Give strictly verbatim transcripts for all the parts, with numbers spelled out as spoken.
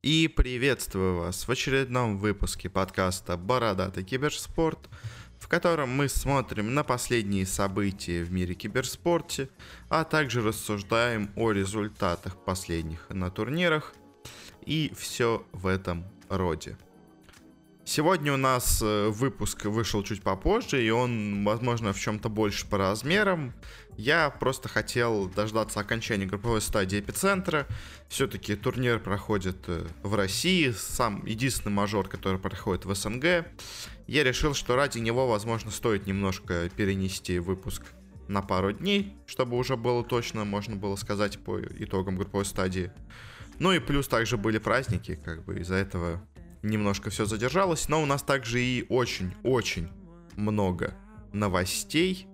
И приветствую вас в очередном выпуске подкаста «Бородатый киберспорт», в котором мы смотрим на последние события в мире киберспорте, а также рассуждаем о результатах последних на турнирах и все в этом роде. Сегодня у нас выпуск вышел чуть попозже, и он, возможно, в чем-то больше по размерам. Я просто хотел дождаться окончания групповой стадии Эпицентра. Все-таки турнир проходит в России, сам единственный мажор, который проходит в СНГ. Я решил, что ради него, возможно, стоит немножко перенести выпуск на пару дней, чтобы уже было точно, можно было сказать, по итогам групповой стадии. Ну и плюс также были праздники, как бы из-за этого немножко все задержалось, но у нас также и очень-очень много новостей,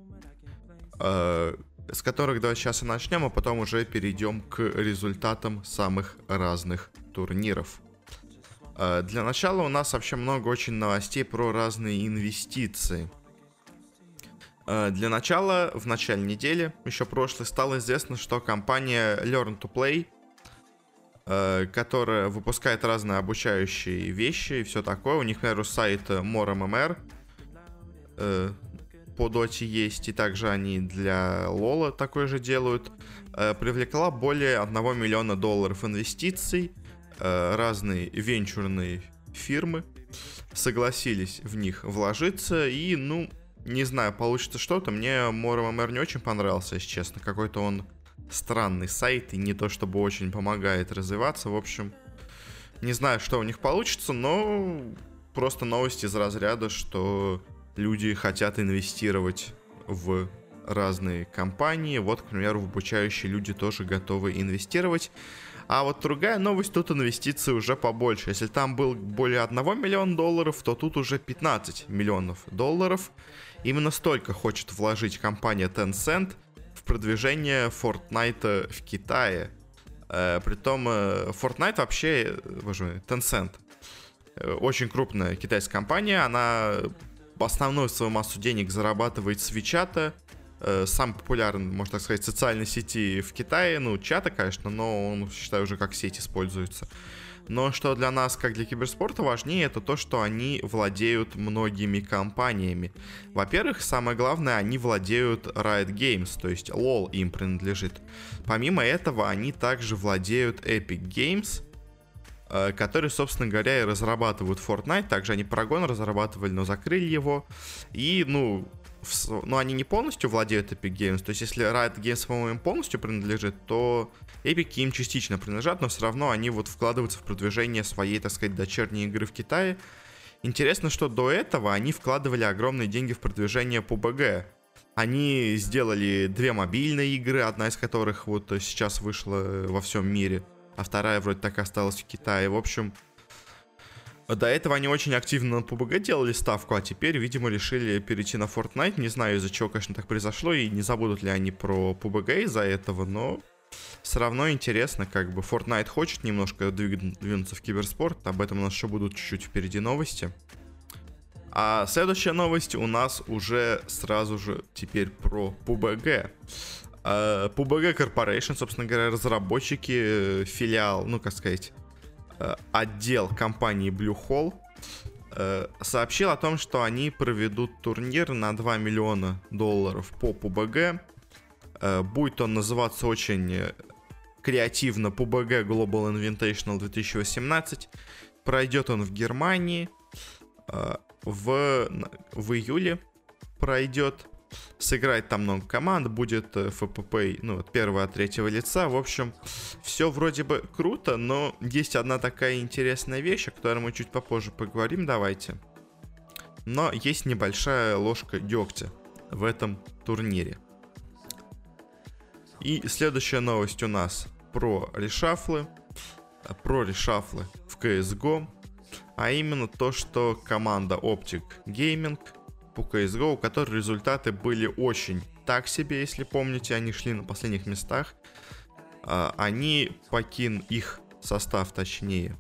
э, с которых давайте сейчас и начнем, а потом уже перейдем к результатам самых разных турниров. Э, для начала у нас вообще много очень новостей про разные инвестиции. Э, для начала, в начале недели, еще прошлой, стало известно, что компания Learn to Play, которая выпускает разные обучающие вещи и все такое. У них, например, сайт MoreMMR э, по доте есть, и также они для лола такое же делают. Э, привлекла более одного миллиона долларов инвестиций. Э, разные венчурные фирмы согласились в них вложиться. И, ну, не знаю, получится что-то. Мне MoreMMR не очень понравился, если честно. Какой-то он странный сайт и не то чтобы очень помогает развиваться. В общем, не знаю, что у них получится, но просто новость из разряда, что люди хотят инвестировать в разные компании. Вот, к примеру, в обучающие люди тоже готовы инвестировать. А вот другая новость, тут инвестиции уже побольше. Если там был более одного миллиона долларов, то тут уже пятнадцать миллионов долларов. Именно столько хочет вложить компания Tencent в продвижение Fortnite в Китае. Э, притом э, Fortnite вообще, боже, Tencent, э, очень крупная китайская компания. Она основную свою массу денег зарабатывает с WeChat, э, самый популярный, можно так сказать, социальной сети в Китае. Ну, чата, конечно, но он, считаю, уже как сеть используется. Но что для нас, как для киберспорта, важнее, это то, что они владеют многими компаниями. Во-первых, самое главное, они владеют Riot Games, то есть лол им принадлежит. Помимо этого, они также владеют Epic Games, э, которые, собственно говоря, и разрабатывают Fortnite. Также они Paragon разрабатывали, но закрыли его. И, ну... Но они не полностью владеют Epic Games. То есть, если Riot Games, по-моему, им полностью принадлежит, то Epic им частично принадлежат, но все равно они вот вкладываются в продвижение своей, так сказать, дочерней игры в Китае. Интересно, что до этого они вкладывали огромные деньги в продвижение пэ у бэ гэ. Они сделали две мобильные игры, одна из которых вот сейчас вышла во всем мире, а вторая вроде так и осталась в Китае. В общем... До этого они очень активно на пэ у бэ гэ делали ставку, а теперь, видимо, решили перейти на Fortnite. Не знаю, из-за чего, конечно, так произошло, и не забудут ли они про пэ у бэ гэ из-за этого, но все равно интересно, как бы Fortnite хочет немножко двинуться в киберспорт, об этом у нас еще будут чуть-чуть впереди новости. А следующая новость у нас уже сразу же теперь про пэ у бэ гэ. Uh, пэ у бэ гэ Corporation, собственно говоря, разработчики, филиал, ну, как сказать... отдел компании Bluehole э, сообщил о том, что они проведут турнир на два миллиона долларов по пэ у бэ гэ. Э, будет он называться очень креативно пэ у бэ гэ Global Invitational две тысячи восемнадцать. Пройдет он в Германии. Э, в, в июле пройдет. Сыграет там много команд, будет эф пэ пэ, ну, от первого, от третьего лица. В общем, все вроде бы круто, но есть одна такая интересная вещь, о которой мы чуть попозже поговорим, давайте. Но есть небольшая ложка дегтя в этом турнире. И следующая новость у нас про решафлы. Про решафлы в си эс го. А именно то, что команда Optic Gaming по си эс го, у которой результаты были очень так себе, если помните, они шли на последних местах. А, они покинули их состав, точнее,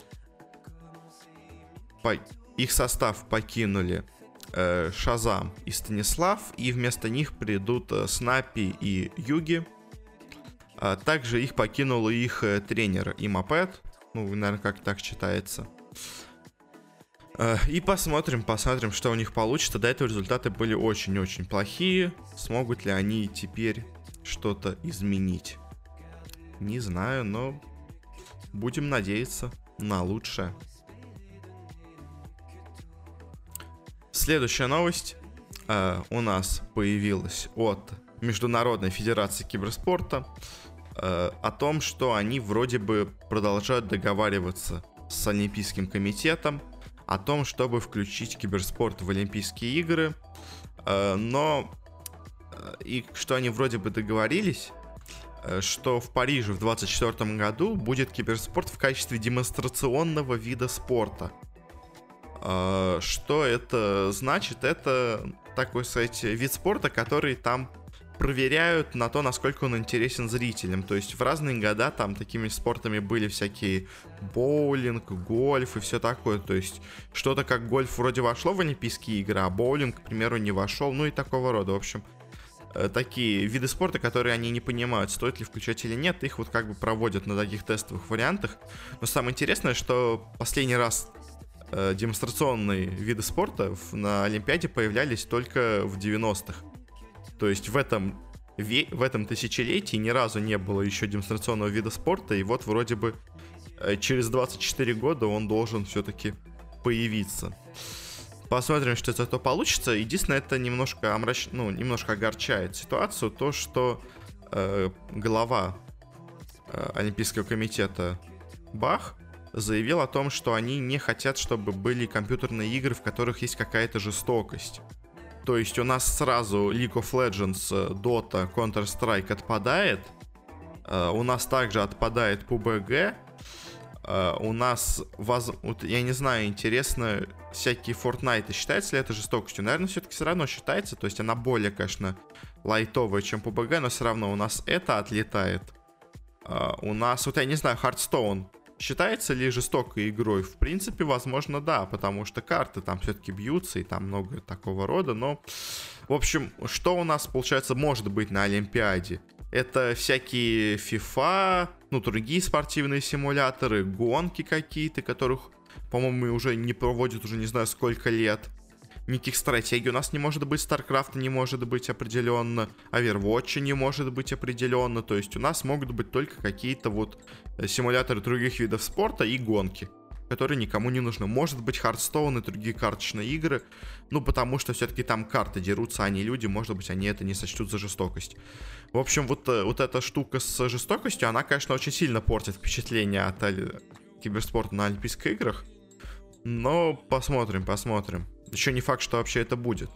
по, их состав покинули э, Шазам и Станислав, и вместо них придут э, Снапи и Юги. А также их покинул их э, тренер Имапет. Ну, наверное, как так читается. И посмотрим, посмотрим, что у них получится. До этого результаты были очень-очень плохие. Смогут ли они теперь что-то изменить? Не знаю, но будем надеяться на лучшее. Следующая новость э, у нас появилась от Международной Федерации Киберспорта э, о том, что они вроде бы продолжают договариваться с Олимпийским комитетом о том, чтобы включить киберспорт в Олимпийские игры, э, но э, и что они вроде бы договорились, э, что в Париже в двадцать четвёртом году будет киберспорт в качестве демонстрационного вида спорта. Э, что это значит? Это такой, сказать, вид спорта, который там проверяют на то, насколько он интересен зрителям. То есть в разные года там такими спортами были всякие боулинг, гольф и все такое. То есть что-то как гольф вроде вошло в Олимпийские игры, а боулинг, к примеру, не вошел. Ну и такого рода. В общем, такие виды спорта, которые они не понимают, стоит ли включать или нет, их вот как бы проводят на таких тестовых вариантах. Но самое интересное, что последний раз э, демонстрационные виды спорта на Олимпиаде появлялись только в девяностых. То есть в этом, в этом тысячелетии ни разу не было еще демонстрационного вида спорта, и вот вроде бы через двадцать четыре года он должен все-таки появиться. Посмотрим, что из этого получится. Единственное, это немножко омрач... ну, немножко огорчает ситуацию, то, что э, глава э, Олимпийского комитета Бах заявил о том, что они не хотят, чтобы были компьютерные игры, в которых есть какая-то жестокость. То есть у нас сразу League of Legends, Dota, Counter-Strike отпадает. Uh, у нас также отпадает пэ бэ гэ. Uh, у нас, воз... вот, я не знаю, интересно, всякие Fortnite, считается ли это жестокостью? Наверное, все-таки все равно считается. То есть она более, конечно, лайтовая, чем пэ бэ гэ, но все равно у нас это отлетает. Uh, у нас, вот я не знаю, Hearthstone считается ли жестокой игрой? В принципе, возможно, да, потому что карты там все-таки бьются, и там много такого рода, но... В общем, что у нас, получается, может быть на Олимпиаде? Это всякие FIFA, ну, другие спортивные симуляторы, гонки какие-то, которых, по-моему, уже не проводят уже не знаю сколько лет. Никаких стратегий у нас не может быть, StarCraft не может быть определенно, Overwatch не может быть определенно. То есть у нас могут быть только какие-то вот симуляторы других видов спорта и гонки, которые никому не нужны. Может быть Hearthstone и другие карточные игры, ну потому что все-таки там карты дерутся, а не люди, может быть они это не сочтут за жестокость. В общем, вот, вот эта штука с жестокостью, она, конечно, очень сильно портит впечатление от киберспорта на Олимпийских играх. Но посмотрим, посмотрим. Еще не факт, что вообще это будет.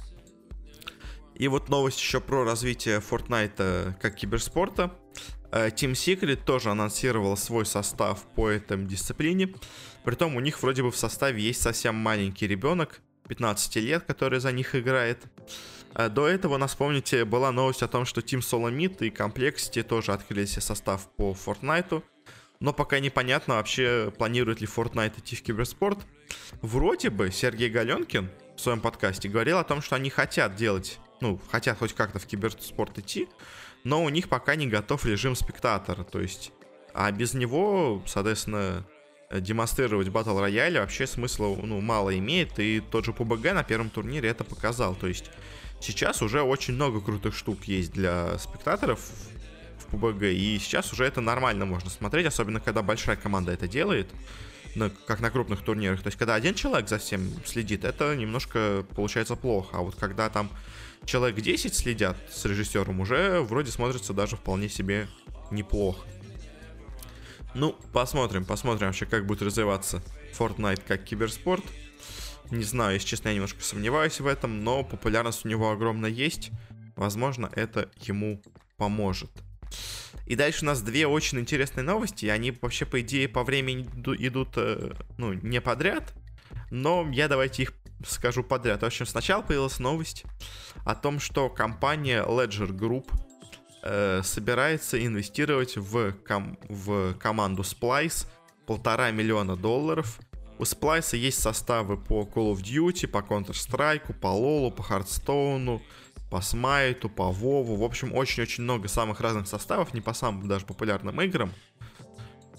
И вот новость еще про развитие Fortnite как киберспорта. Team Secret тоже анонсировал свой состав по этой дисциплине. Притом у них вроде бы в составе есть совсем маленький ребенок, пятнадцать лет, который за них играет. До этого, у нас, помните, была новость о том, что Team Solomid и Complexity тоже открыли себе состав по Fortnite. Но пока непонятно вообще, планирует ли Fortnite идти в киберспорт. Вроде бы Сергей Галенкин в своем подкасте говорил о том, что они хотят делать, ну, хотят хоть как-то в киберспорт идти, но у них пока не готов режим спектатора. То есть, а без него, соответственно, демонстрировать батл рояле вообще смысла, ну, мало имеет. И тот же пэ бэ гэ на первом турнире это показал. То есть сейчас уже очень много крутых штук есть для спектаторов в пэ бэ гэ, и сейчас уже это нормально можно смотреть, особенно когда большая команда это делает, ну, как на крупных турнирах. То есть когда один человек за всем следит, это немножко получается плохо. А вот когда там человек десять следят с режиссером, уже вроде смотрится даже вполне себе неплохо. Ну, посмотрим, посмотрим вообще, как будет развиваться Fortnite как киберспорт. Не знаю, если честно, я немножко сомневаюсь в этом, но популярность у него огромная есть. Возможно, это ему поможет. И дальше у нас две очень интересные новости. Они вообще, по идее, по времени идут, ну, не подряд. Но я давайте их скажу подряд. В общем, сначала появилась новость о том, что компания Ledger Group э, собирается инвестировать в, ком- в команду Splice полтора миллиона долларов. У Splice есть составы по Call of Duty, по Counter-Strike, по LoL, по Hearthstone, по Smite, по WoW. В общем, очень-очень много самых разных составов, не по самым даже популярным играм.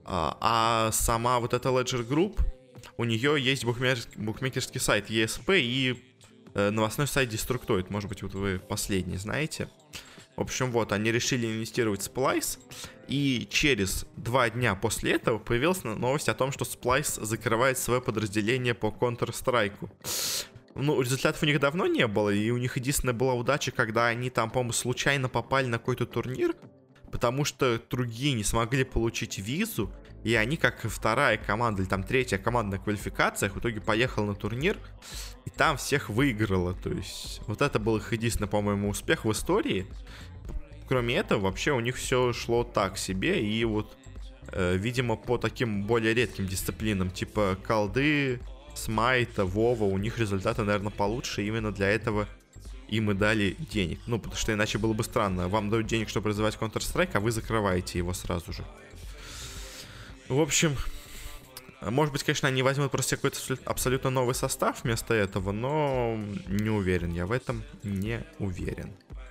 А, а сама вот эта Ledger Group, у нее есть букмекерский, букмекерский сайт и эс пи и э, новостной сайт Destructoid. Может быть, вот вы последний знаете. В общем, вот, они решили инвестировать в Splice, и через два дня после этого появилась новость о том, что Splice закрывает свое подразделение по Counter-Strike. Ну, результатов у них давно не было, и у них единственная была удача, когда они там, по-моему, случайно попали на какой-то турнир, потому что другие не смогли получить визу, и они, как вторая команда, или там третья команда на квалификациях, в итоге поехала на турнир, и там всех выиграла. То есть, вот это был их единственный, по-моему, успех в истории. Кроме этого, вообще у них все шло так себе, и вот, э, видимо, по таким более редким дисциплинам, типа колды, смайта, вова, у них результаты, наверное, получше, именно для этого им и дали денег. Ну, потому что иначе было бы странно. Вам дают денег, чтобы развивать Counter-Strike, а вы закрываете его сразу же. В общем, может быть, конечно, они возьмут просто какой-то абсолютно новый состав вместо этого, но не уверен. Я в этом не уверен.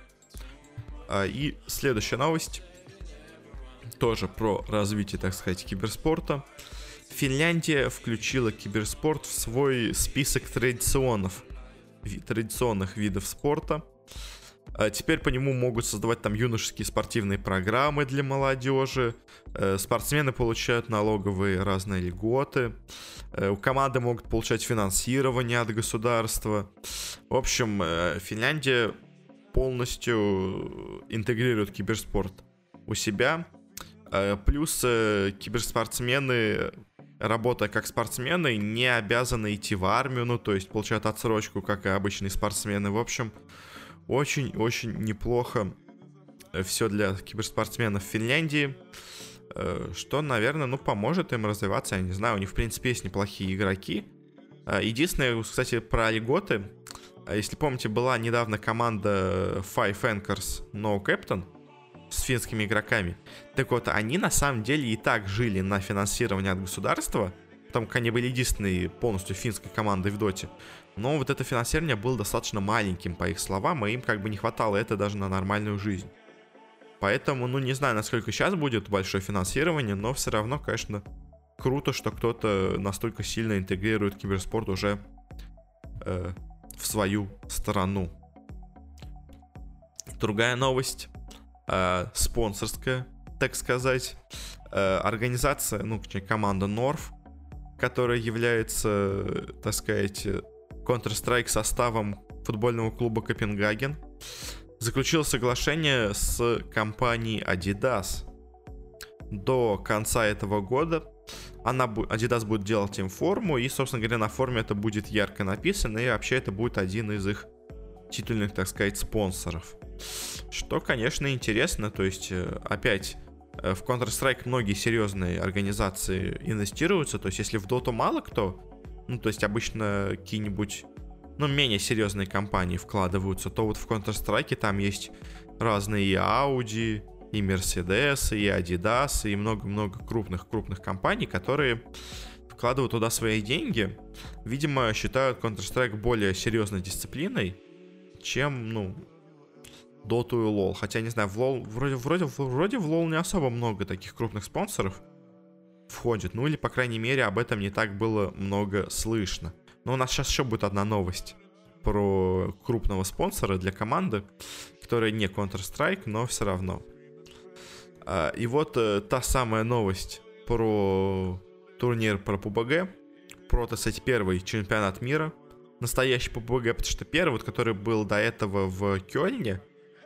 И следующая новость. Тоже про развитие, так сказать, киберспорта. Финляндия включила киберспорт в свой список традиционных, традиционных видов спорта. Теперь по нему могут создавать там юношеские спортивные программы для молодежи. Спортсмены получают налоговые разные льготы. У команды могут получать финансирование от государства. В общем, Финляндия полностью интегрирует киберспорт у себя. Плюс киберспортсмены, работая как спортсмены, не обязаны идти в армию, ну, то есть получают отсрочку, как и обычные спортсмены. В общем, очень-очень неплохо все для киберспортсменов в Финляндии, что, наверное, ну, поможет им развиваться. Я не знаю, у них, в принципе, есть неплохие игроки. Единственное, кстати, про льготы. Если помните, была недавно команда Five Anchors No Captain с финскими игроками. Так вот, они на самом деле и так жили на финансирование от государства, потому как они были единственной полностью финской командой в доте. Но вот это финансирование было достаточно маленьким, по их словам, и им как бы не хватало это даже на нормальную жизнь. Поэтому, ну, не знаю, насколько сейчас будет большое финансирование, но все равно, конечно, круто, что кто-то настолько сильно интегрирует киберспорт уже э, в свою страну. Другая новость, э, спонсорская, так сказать. Э, организация, ну, команда Норф, которая является, так сказать, Counter-Strike составом футбольного клуба Копенгаген, заключила соглашение с компанией Adidas. До конца этого года она, Adidas будет делать им форму, и, собственно говоря, на форме это будет ярко написано, и вообще это будет один из их титульных, так сказать, спонсоров. Что, конечно, интересно, то есть, опять, в Counter-Strike многие серьезные организации инвестируются, то есть, если в Dota мало кто, ну, то есть, обычно какие-нибудь, ну, менее серьезные компании вкладываются, то вот в Counter-Strike там есть разные и Audi, и Mercedes, и Adidas, и много-много крупных-крупных компаний, которые вкладывают туда свои деньги. Видимо, считают Counter-Strike более серьезной дисциплиной, чем, ну, Dota и лол. Хотя, не знаю, в лол, вроде, вроде, вроде в лол не особо много таких крупных спонсоров входит. Ну, или, по крайней мере, об этом не так было много слышно. Но у нас сейчас еще будет одна новость про крупного спонсора для команды, которая не Counter-Strike, но все равно. И вот та самая новость про турнир про пэ бэ гэ, про, так сказать, первый чемпионат мира, настоящий пэ бэ гэ, потому что первый, вот, который был до этого в Кёльне,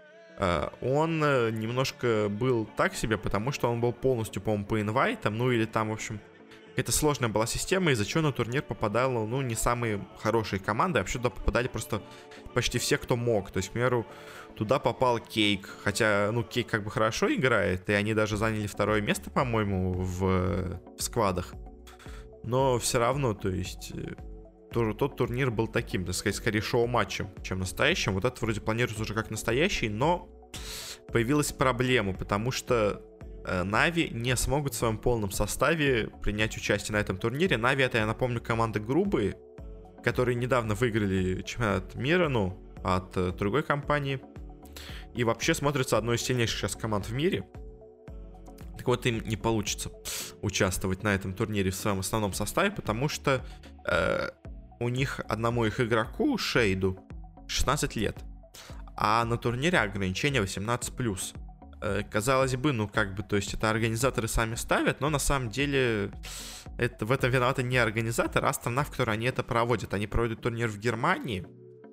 он немножко был так себе, потому что он был полностью, по-моему, по инвайтам, ну или там, в общем, это сложная была система, из-за чего на турнир попадало, ну, не самые хорошие команды, а вообще туда попадали просто почти все, кто мог. То есть, к примеру, туда попал Кейк, хотя, ну, Кейк как бы хорошо играет, и они даже заняли второе место, по-моему, в, в сквадах. Но все равно, то есть, тоже тот турнир был таким, так сказать, скорее шоу-матчем, чем настоящим. Вот это вроде планируется уже как настоящий, но появилась проблема, потому что Нави не смогут в своем полном составе принять участие на этом турнире. Нави — это, я напомню, команда грубые, которые недавно выиграли чемпионат мира, ну, от э, другой компании. И вообще смотрится одной из сильнейших сейчас команд в мире. Так вот, им не получится участвовать на этом турнире в своем основном составе, потому что э, у них одному их игроку, Шейду, шестнадцать лет, а на турнире ограничение восемнадцать плюс. Э, казалось бы, ну как бы, то есть это организаторы сами ставят, но на самом деле это, в этом виноваты не организаторы, а страна, в которой они это проводят. Они проводят турнир в Германии,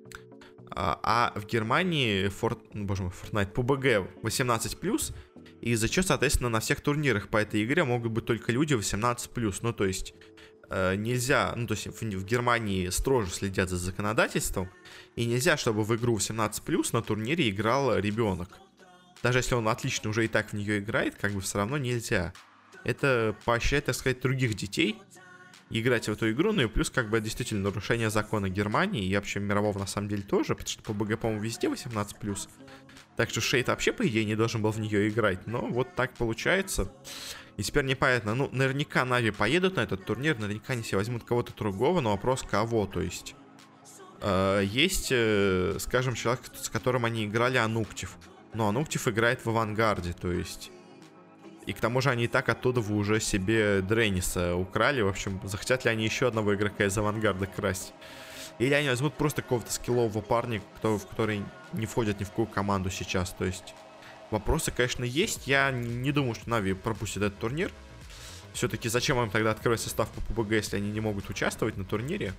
а, а в Германии Форт, ну, боже мой, Fortnite, пэ бэ гэ восемнадцать плюс, и из-за чего, соответственно, на всех турнирах по этой игре могут быть только люди восемнадцать плюс. Ну, то есть э, нельзя, ну, то есть в, в Германии строже следят за законодательством, и нельзя, чтобы в игру восемнадцать плюс на турнире играл ребенок. Даже если он отлично уже и так в нее играет, как бы все равно нельзя. Это поощряет, так сказать, других детей играть в эту игру, ну и плюс, как бы, действительно нарушение закона Германии и вообще мирового на самом деле тоже, потому что пэ бэ гэ, по-моему, везде восемнадцать плюс. Так что Шейд вообще, по идее, не должен был в нее играть. Но вот так получается. И теперь непонятно. Ну, наверняка Нави поедут на этот турнир. Наверняка они себе возьмут кого-то другого. Но вопрос кого, то есть. Э, есть, э, скажем, человек, с которым они играли, Ануктив. Но Ануктив играет в Авангарде, то есть. И к тому же они и так оттуда вы уже себе Дрейниса украли. В общем, захотят ли они еще одного игрока из Авангарда красть? Или они возьмут просто какого-то скиллового парня, кто, в который не входит ни в какую команду сейчас. То есть вопросы, конечно, есть. Я не думаю, что Нави пропустит этот турнир. Все-таки зачем им тогда открывать состав по пэ бэ гэ, если они не могут участвовать на турнире?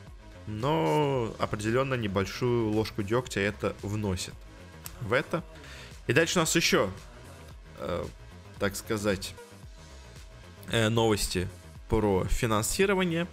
Но определенно небольшую ложку дегтя это вносит в это. И дальше у нас еще, э, так сказать, э, новости про финансирование.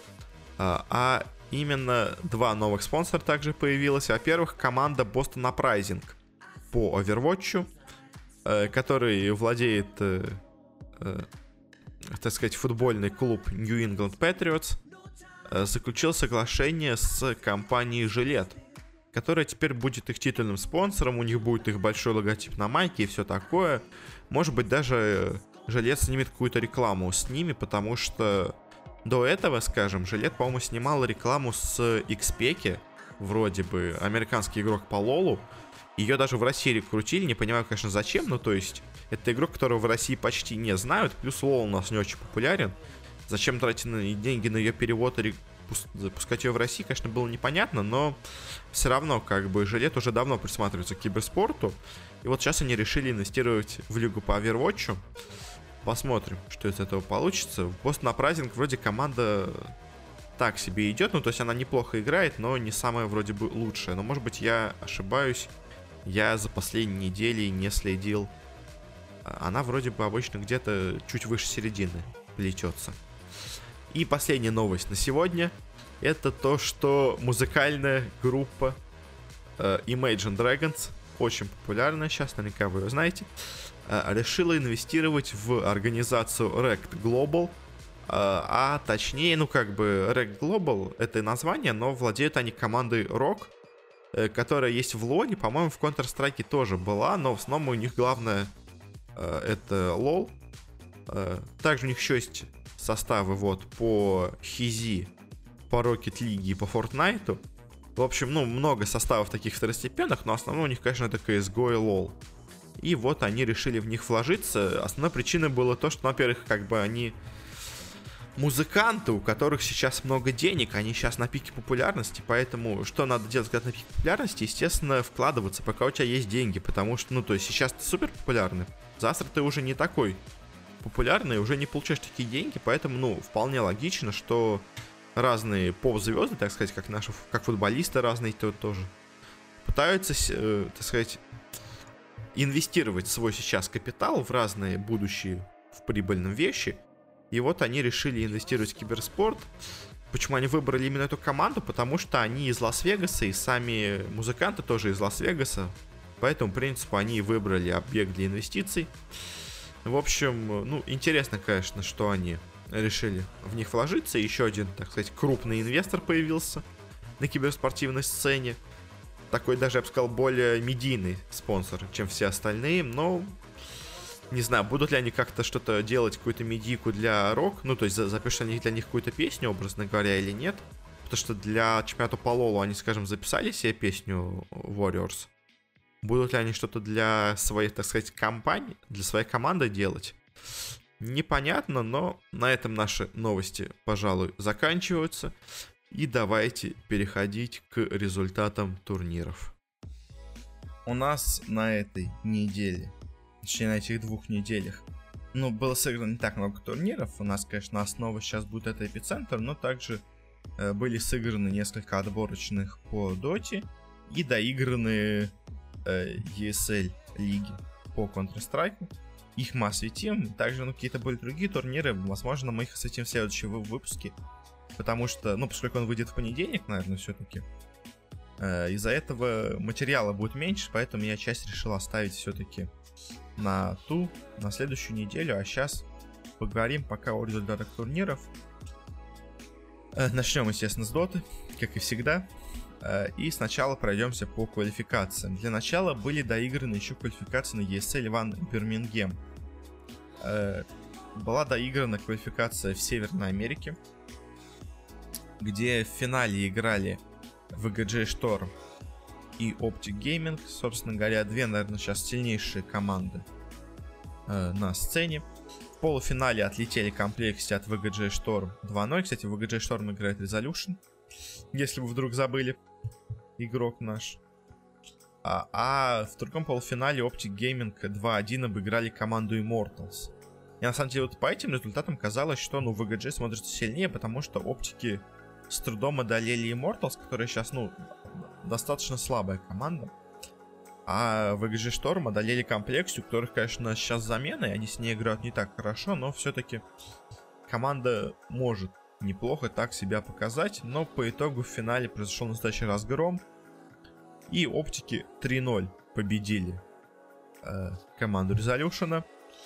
А, а именно два новых спонсора также появилось. Во-первых, команда Boston Uprising по Overwatch, э, который владеет, э, э, так сказать, футбольный клуб New England Patriots, э, заключил соглашение с компанией Gillette, которая теперь будет их титульным спонсором. У них будет их большой логотип на майке и все такое. Может быть, даже Gillette снимет какую-то рекламу с ними, потому что до этого, скажем, Gillette, по-моему, снимала рекламу с Икспеки, вроде бы, американский игрок по лолу. Ее даже в России крутили, не понимаю, конечно, зачем, но то есть это игрок, которого в России почти не знают, плюс лол у нас не очень популярен. Зачем тратить на деньги на ее перевод и запускать ее в России, конечно, было непонятно, но все равно, как бы, Gillette уже давно присматривается к киберспорту, и вот сейчас они решили инвестировать в лигу по Overwatch. Посмотрим, что из этого получится. Boston Uprising вроде команда так себе идет, ну то есть она неплохо играет, но не самая вроде бы лучшая. Но может быть я ошибаюсь, я за последние недели не следил. Она вроде бы обычно где-то чуть выше середины плетется. И последняя новость на сегодня — это то, что музыкальная группа э, Imagine Dragons, очень популярная сейчас, наверняка вы ее знаете, э, решила инвестировать в организацию Rekt Global, э, а точнее, ну как бы Rekt Global — это название, но владеют они командой Rock, э, которая есть в лоле, по-моему, в Counter-Strike тоже была, но в основном у них главное э, это лол. Э, также у них еще есть составы вот по Хизи, по Rocket League и по Fortnite. В общем, ну, много составов таких второстепенных, но основной у них, конечно, это си эс го и лол. И вот они решили в них вложиться. Основной причиной было то, что, во-первых, как бы они музыканты, у которых сейчас много денег, они сейчас на пике популярности, поэтому что надо делать, когда на пике популярности? Естественно, вкладываться, пока у тебя есть деньги, потому что, ну, то есть сейчас ты супер популярный, завтра ты уже не такой популярный, уже не получаешь такие деньги, поэтому, ну, вполне логично, что разные поп-звезды, так сказать, как наши, как футболисты разные то, тоже, пытаются, э, так сказать, инвестировать свой сейчас капитал в разные будущие в прибыльном вещи. И вот они решили инвестировать в киберспорт. Почему они выбрали именно эту команду? Потому что они из Лас-Вегаса, и сами музыканты тоже из Лас-Вегаса. По этому принципу они выбрали объект для инвестиций. В общем, ну, интересно, конечно, что они решили в них вложиться. Еще один, так сказать, крупный инвестор появился на киберспортивной сцене. Такой даже, я бы сказал, более медийный спонсор, чем все остальные. Но не знаю, будут ли они как-то что-то делать, какую-то медийку для рок. Ну, то есть запишут они для них какую-то песню, образно говоря, или нет. Потому что для чемпионата по лолу они, скажем, записали себе песню Warriors. Будут ли они что-то для своей, так сказать, компании, для своей команды делать? Непонятно, но на этом наши новости, пожалуй, заканчиваются. И давайте переходить к результатам турниров. У нас на этой неделе, точнее на этих двух неделях, ну, было сыграно не так много турниров. У нас, конечно, основа сейчас будет это Эпицентр, но также э, были сыграны несколько отборочных по Доте и доиграны э, и эс эл лиги по Counter-Strike. Их мы осветим. Также, ну, какие-то были другие турниры. Возможно, мы их осветим в следующем выпуске. Потому что, ну, поскольку он выйдет в понедельник, наверное, все-таки, э, из-за этого материала будет меньше, поэтому я часть решил оставить все-таки на ту, на следующую неделю. А сейчас поговорим пока о результатах турниров. Э, начнем, естественно, с Доты, как и всегда. Э, и сначала пройдемся по квалификациям. Для начала были доиграны еще квалификации на и эс эл One Birmingham. Э, была доиграна квалификация в Северной Америке, где в финале играли ви джи джей Storm и Optic Gaming. Собственно говоря, две, наверное, сейчас сильнейшие команды э, на сцене. В полуфинале отлетели Complexity от ви джи джей Storm два ноль. Кстати, ви джи джей Storm играет Resolution, если вы вдруг забыли, игрок наш. А, а в другом полуфинале Optic Gaming два один обыграли команду Immortals. И на самом деле вот по этим результатам казалось, что ну ви джи джей смотрится сильнее, потому что оптики с трудом одолели Immortals, которая сейчас, ну, достаточно слабая команда. А ви джи джей Storm одолели Complexity, у которых, конечно, сейчас замены, они с ней играют не так хорошо, но все-таки команда может неплохо так себя показать. Но по итогу в финале произошел настоящий разгром, и оптики три ноль победили э, команду Resolution.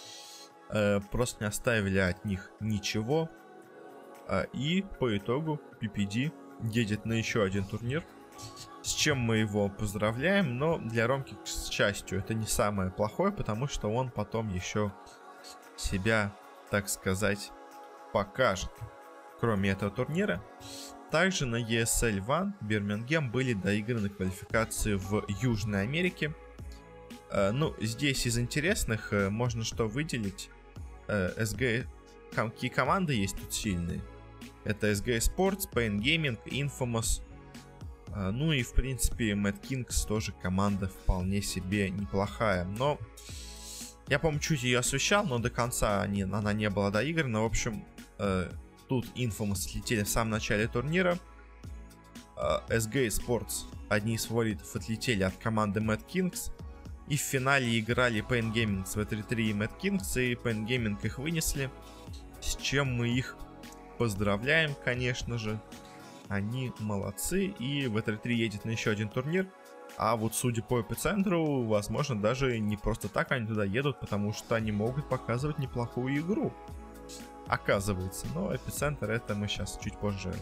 Э, просто не оставили от них ничего. Э, и по итогу пи пи ди едет на еще один турнир, с чем мы его поздравляем. Но для Ромки, к счастью, это не самое плохое, потому что он потом еще себя, так сказать, покажет. Кроме этого турнира, также на и эс эл One Birmingham были доиграны квалификации в Южной Америке. Э, ну, здесь из интересных э, можно что выделить. Э, эс джи, какие команды есть тут сильные? Это эс джи Sports, Pain Gaming, Infamous. Э, ну и, в принципе, Mad Kings тоже команда вполне себе неплохая. Но я, по-моему, чуть ее освещал, но до конца они, она не была доиграна. В общем, э, тут Infamous отлетели в самом начале турнира. эс джи Sports, одни из фаворитов, отлетели от команды Mad Kings. И в финале играли Pain Gaming с ви три три и Mad Kings. И Pain Gaming их вынесли, с чем мы их поздравляем, конечно же. Они молодцы. И ви три три едет на еще один турнир. А вот судя по Эпицентру, возможно, даже не просто так они туда едут, потому что они могут показывать неплохую игру, оказывается. Но Эпицентр это мы сейчас чуть позже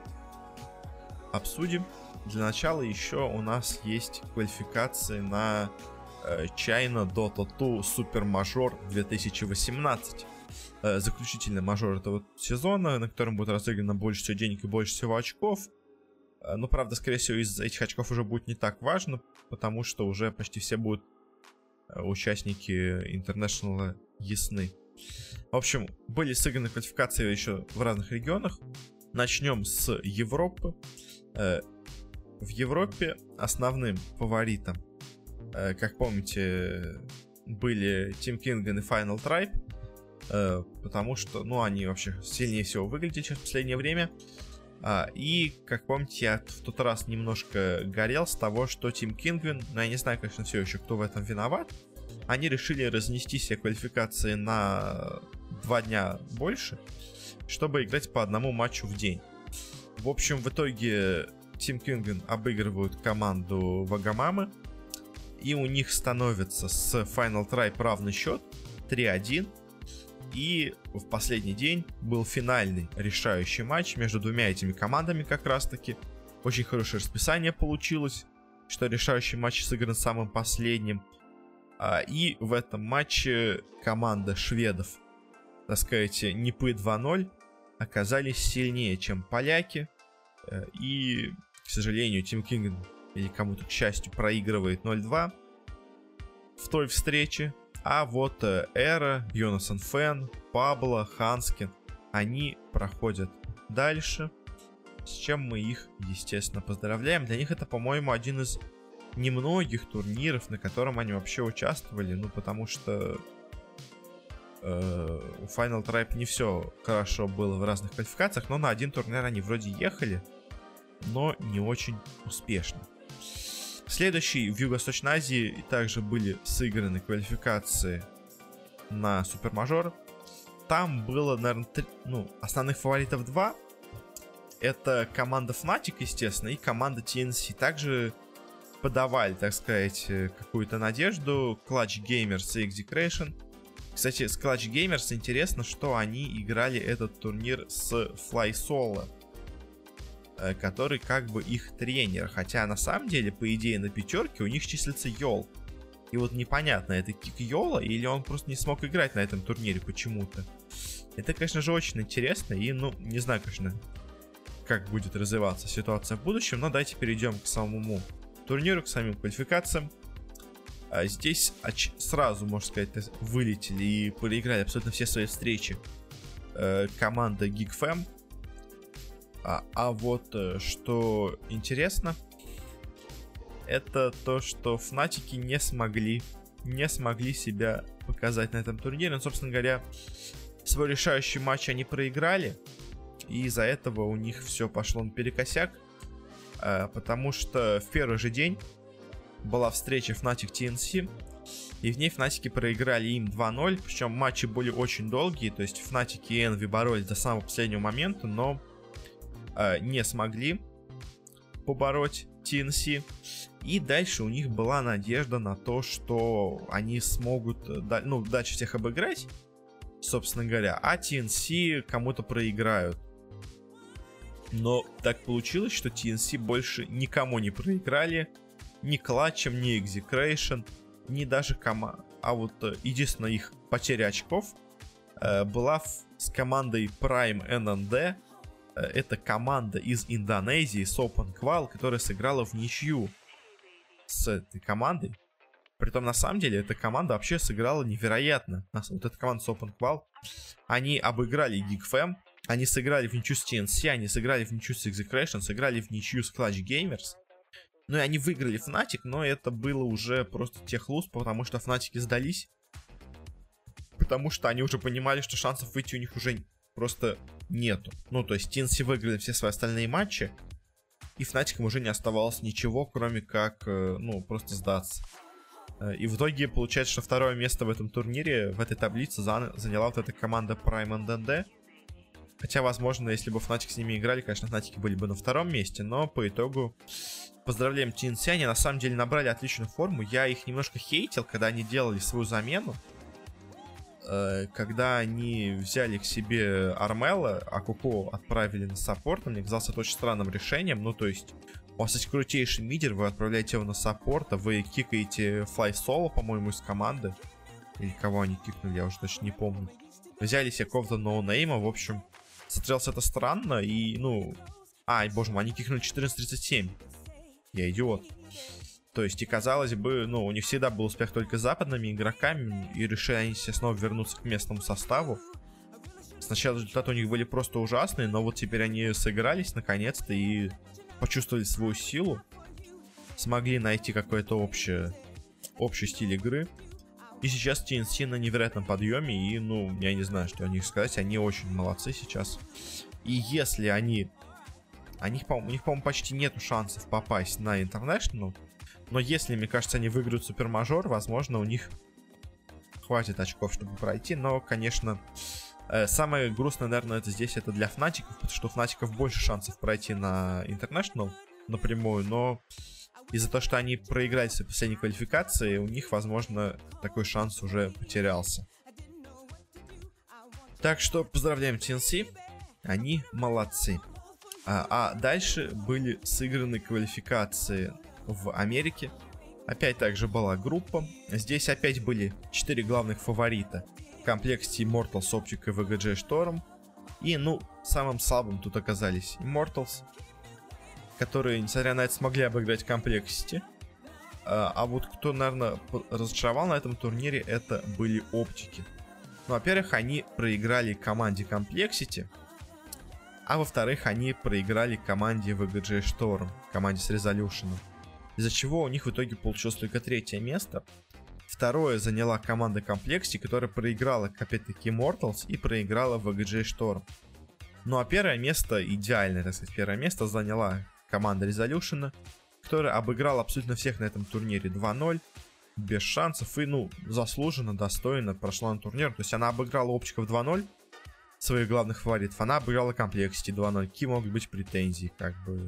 обсудим. Для начала еще у нас есть квалификации на э, China Dota два Super Major две тысячи восемнадцать. Э, заключительный мажор этого сезона, на котором будет разыграно больше всего денег и больше всего очков. Э, ну, правда, скорее всего, из этих очков уже будет не так важно, потому что уже почти все будут э, участники International ясны. В общем, были сыграны квалификации еще в разных регионах. Начнем с Европы. В Европе основным фаворитом, как помните, были Team Kingen и Final Tribe, потому что, ну, они вообще сильнее всего выглядят сейчас в последнее время. И, как помните, я в тот раз немножко горел с того, что Team Kingen, ну, я не знаю, конечно, все еще, кто в этом виноват, они решили разнести все квалификации на два дня больше, чтобы играть по одному матчу в день. В общем, в итоге Team Kingen обыгрывают команду Вагамамы, и у них становится с Final Tribe равный счет три один. И в последний день был финальный решающий матч между двумя этими командами как раз-таки. Очень хорошее расписание получилось, что решающий матч сыгран самым последним. И в этом матче команда шведов, так сказать, Нипы два ноль, оказались сильнее, чем поляки. И, к сожалению, Team Kingen, или кому-то к счастью, проигрывает ноль два в той встрече. А вот Эра, Йонасан Фэн, Пабло, Ханскин, они проходят дальше, с чем мы их, естественно, поздравляем. Для них это, по-моему, один из немногих турниров, на котором они вообще участвовали, ну, потому что э, у Final Tribe не все хорошо было в разных квалификациях, но на один турнир они вроде ехали, но не очень успешно. Следующий в Юго-Восточной Азии также были сыграны квалификации на супермажор. Там было, наверное, три, ну, основных фаворитов два. Это команда Fnatic, естественно, и команда ти эн си. Также подавали, так сказать, какую-то надежду Clutch Gamers и Execration. Кстати, с Clutch Gamers интересно, что они играли этот турнир с FlySolo, который как бы их тренер. Хотя на самом деле, по идее, на пятерке у них числится Йол. И вот непонятно, это кик Йола или он просто не смог играть на этом турнире почему-то. Это, конечно же, очень интересно. И, ну, не знаю, конечно, как будет развиваться ситуация в будущем. Но давайте перейдем к самому турниру, к самим квалификациям. А здесь сразу, можно сказать, вылетели и проиграли абсолютно все свои встречи э, команда GeekFam. А, а вот что интересно, это то, что Фнатики не смогли, не смогли себя показать на этом турнире. Ну, собственно говоря, свой решающий матч они проиграли, и из-за этого у них все пошло наперекосяк, потому что в первый же день была встреча Fnatic ти эн си, и в ней Фнатики проиграли им два ноль, причем матчи были очень долгие, то есть Фнатики и Envy боролись до самого последнего момента, но не смогли побороть ти эн си. И дальше у них была надежда на то, что они смогут, ну, дальше всех обыграть, собственно говоря, а ти эн си кому-то проиграют. Но так получилось, что ти эн си больше никому не проиграли, ни Клатчем, ни Execration, ни даже команда. А вот единственная их потеря очков э, была в... с командой Prime эн эн ди. Это команда из Индонезии с OpenQual, которая сыграла в ничью с этой командой. Притом, на самом деле, эта команда вообще сыграла невероятно. Вот эта команда с OpenQual. Они обыграли GeekFam, они сыграли в ничью с ти эн си, они сыграли в ничью с Execration, сыграли в ничью с Clutch Gamers. Ну и они выиграли Fnatic, но это было уже просто техлуз, потому что Fnatic сдались. Потому что они уже понимали, что шансов выйти у них уже просто нету. Ну, то есть ти эн си выиграли все свои остальные матчи, и Fnatic'ам уже не оставалось ничего, кроме как, ну, просто сдаться. И в итоге получается, что второе место в этом турнире, в этой таблице заняла вот эта команда Prime эн эн ди. Хотя, возможно, если бы Fnatic с ними играли, конечно, Fnatic были бы на втором месте, но по итогу поздравляем ти эн си, они на самом деле набрали отличную форму. Я их немножко хейтил, когда они делали свою замену. Когда они взяли к себе Армела, а Куку отправили на саппорт, мне казалось это очень странным решением. Ну, то есть, у вас есть крутейший мидер, вы отправляете его на саппорт, а вы кикаете FlySolo, по-моему, из команды. Или кого они кикнули, я уже точно не помню. Взяли себе какого-то ноунейма, в общем, смотрелось это странно, и, ну... Ай, боже мой, они кикнули четырнадцать тридцать семь. Я идиот. То есть, и казалось бы, ну, у них всегда был успех только с западными игроками, и решили они все снова вернуться к местному составу. Сначала результаты у них были просто ужасные, но вот теперь они сыгрались наконец-то и почувствовали свою силу. Смогли найти какой-то общий, общий стиль игры. И сейчас ти эн си на невероятном подъеме, и, ну, я не знаю, что о них сказать, они очень молодцы сейчас. И если они... они у них, по-моему, почти нету шансов попасть на International. Но если, мне кажется, они выиграют супермажор, возможно, у них хватит очков, чтобы пройти. Но, конечно, э, самое грустное, наверное, это здесь это для Фнатиков, потому что у Фнатиков больше шансов пройти на International напрямую. Но из-за того, что они проиграли свои последние квалификации, у них, возможно, такой шанс уже потерялся. Так что поздравляем ти эн си, они молодцы. А, а дальше были сыграны квалификации в Америке. Опять также была группа. Здесь опять были четыре главных фаворита в комплекте Immortals, Optic и ви джи джей Storm. И, ну, самым слабым тут оказались Immortals, которые, несмотря на это, смогли обыграть Complexity. А, а вот кто, наверное, разочаровал на этом турнире, это были Оптики. Ну, во-первых, они проиграли команде Complexity, а во-вторых, они проиграли команде ви джи джей Storm, команде с Resolution. Из-за чего у них в итоге получилось только третье место. Второе заняла команда Complexity, которая проиграла, опять-таки, Immortals и проиграла ви джи джей Storm. Ну а первое место, идеальное, так сказать, первое место заняла команда Resolution, которая обыграла абсолютно всех на этом турнире два ноль, без шансов и, ну, заслуженно, достойно прошла на турнир. То есть она обыграла Оптиков два ноль, своих главных фаворитов, она обыграла Complexity два ноль. Какие могут быть претензии, как бы...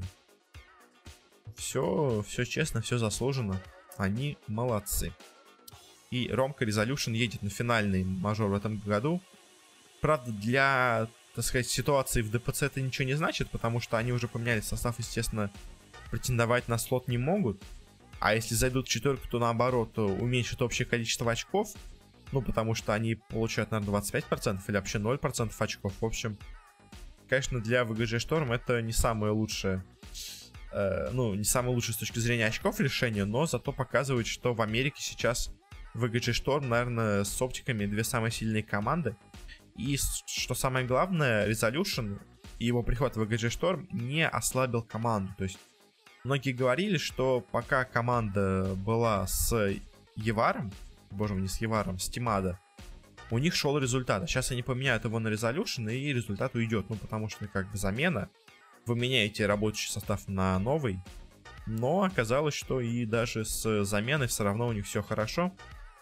Все, все честно, все заслуженно. Они молодцы. И Ромка Resolution едет на финальный мажор в этом году. Правда, для, так сказать, ситуации в ДПЦ это ничего не значит, потому что они уже поменяли состав, естественно, претендовать на слот не могут. А если зайдут в четверку, то наоборот, то уменьшит общее количество очков. Ну, потому что они получают, наверное, двадцать пять процентов или вообще ноль процентов очков. В общем, конечно, для ви джи джей Storm это не самое лучшее, э, ну, не самое лучшее с точки зрения очков решение, но зато показывает, что в Америке сейчас ви джи джей Storm, наверное, с Оптиками две самые сильные команды. И, что самое главное, Resolution и его приход в ви джи джей Storm не ослабил команду. То есть, многие говорили, что пока команда была с Еваром, боже мой, не с Еваром, с Тимада, у них шел результат. А сейчас они поменяют его на Resolution, и результат уйдет. Ну, потому что, как бы, замена. Вы меняете рабочий состав на новый. Но оказалось, что и даже с заменой все равно у них все хорошо.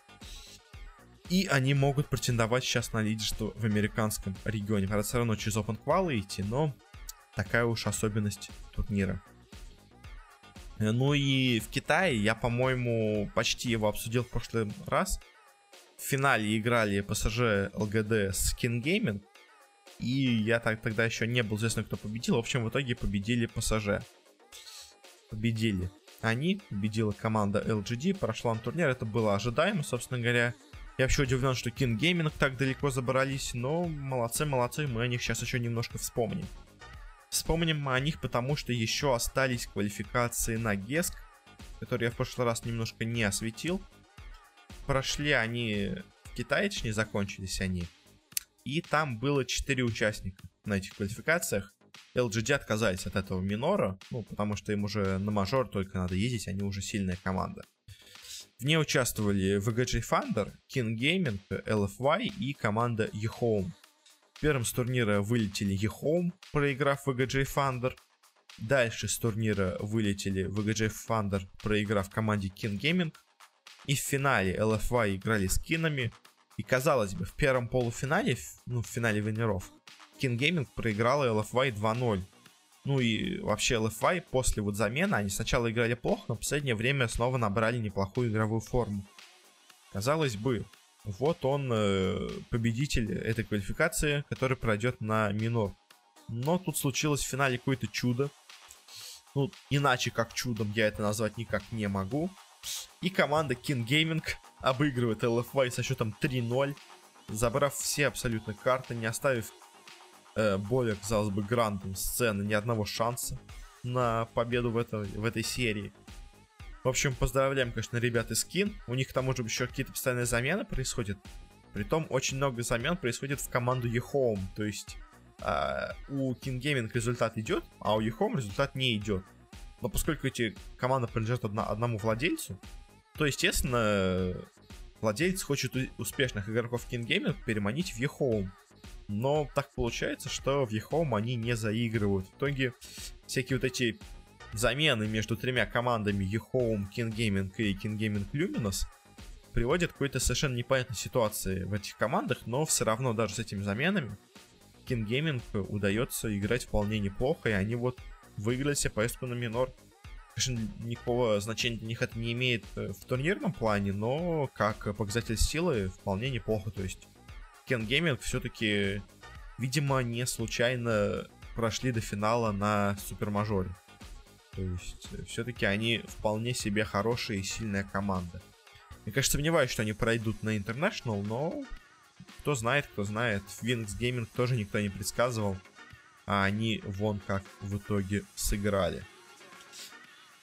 И они могут претендовать сейчас на лидерство в американском регионе. Правда, все равно через Open Qual идти, но такая уж особенность турнира. Ну и в Китае я, по-моему, почти его обсудил в прошлый раз. В финале играли пэ эс жэ эл джи ди с King Gaming. И я так, тогда еще не был известно, кто победил. В общем, в итоге победили пэ эс жэ. Победили они, победила команда эл джи ди, прошла на турнир. Это было ожидаемо, собственно говоря. Я вообще удивлен, что King Gaming так далеко забрались. Но молодцы, молодцы, мы о них сейчас еще немножко вспомним. Вспомним мы о них, потому что еще остались квалификации на геск, которые я в прошлый раз немножко не осветил. Прошли они в Китае, точнее, закончились они. И там было четыре участника на этих квалификациях. эл джи ди отказались от этого минора, ну, потому что им уже на мажор только надо ездить, они уже сильная команда. В ней участвовали ви джи джей Thunder, King Gaming, эл эф вай и команда eHome. Первым с турнира вылетели eHome, проиграв ви джи джей Thunder. Дальше с турнира вылетели ви джи джей Thunder, проиграв команде King Gaming. И в финале эл эф вай играли с Кинами. И, казалось бы, в первом полуфинале, ну, в финале винеров, King Gaming проиграла эл эф вай два ноль. Ну и вообще эл эф вай после вот замены, они сначала играли плохо, но в последнее время снова набрали неплохую игровую форму. Казалось бы, вот он, э, победитель этой квалификации, который пройдет на минор. Но тут случилось в финале какое-то чудо. Ну, иначе как чудом я это назвать никак не могу. И команда King Gaming обыгрывает эл эф вай со счетом три ноль, забрав все абсолютно карты, не оставив э, более, казалось бы, грандом сцены ни одного шанса на победу в, это, в этой серии. В общем, поздравляем, конечно, ребят из King. У них к тому же еще какие-то постоянные замены происходят. Притом очень много замен происходит в команду eHome. То есть э, у King Gaming результат идет, а у eHome результат не идет. Но поскольку эти команды принадлежат одна, одному владельцу, то, естественно, владелец хочет успешных игроков King Gaming переманить в eHome. Но так получается, что в eHome они не заигрывают. В итоге всякие вот эти замены между тремя командами eHome, King Gaming и King Gaming Luminous приводят к какой-то совершенно непонятной ситуации в этих командах, но все равно даже с этими заменами King Gaming удается играть вполне неплохо, и они вот выиграли себе поездку на минор. Конечно, никакого значения для них это не имеет в турнирном плане, но как показатель силы вполне неплохо. То есть King Gaming все-таки, видимо, не случайно прошли до финала на супермажоре. То есть все-таки они вполне себе хорошая и сильная команда. Я, конечно, сомневаюсь, что они пройдут на International, но кто знает, кто знает. Wings Gaming тоже никто не предсказывал. А они вон как в итоге сыграли.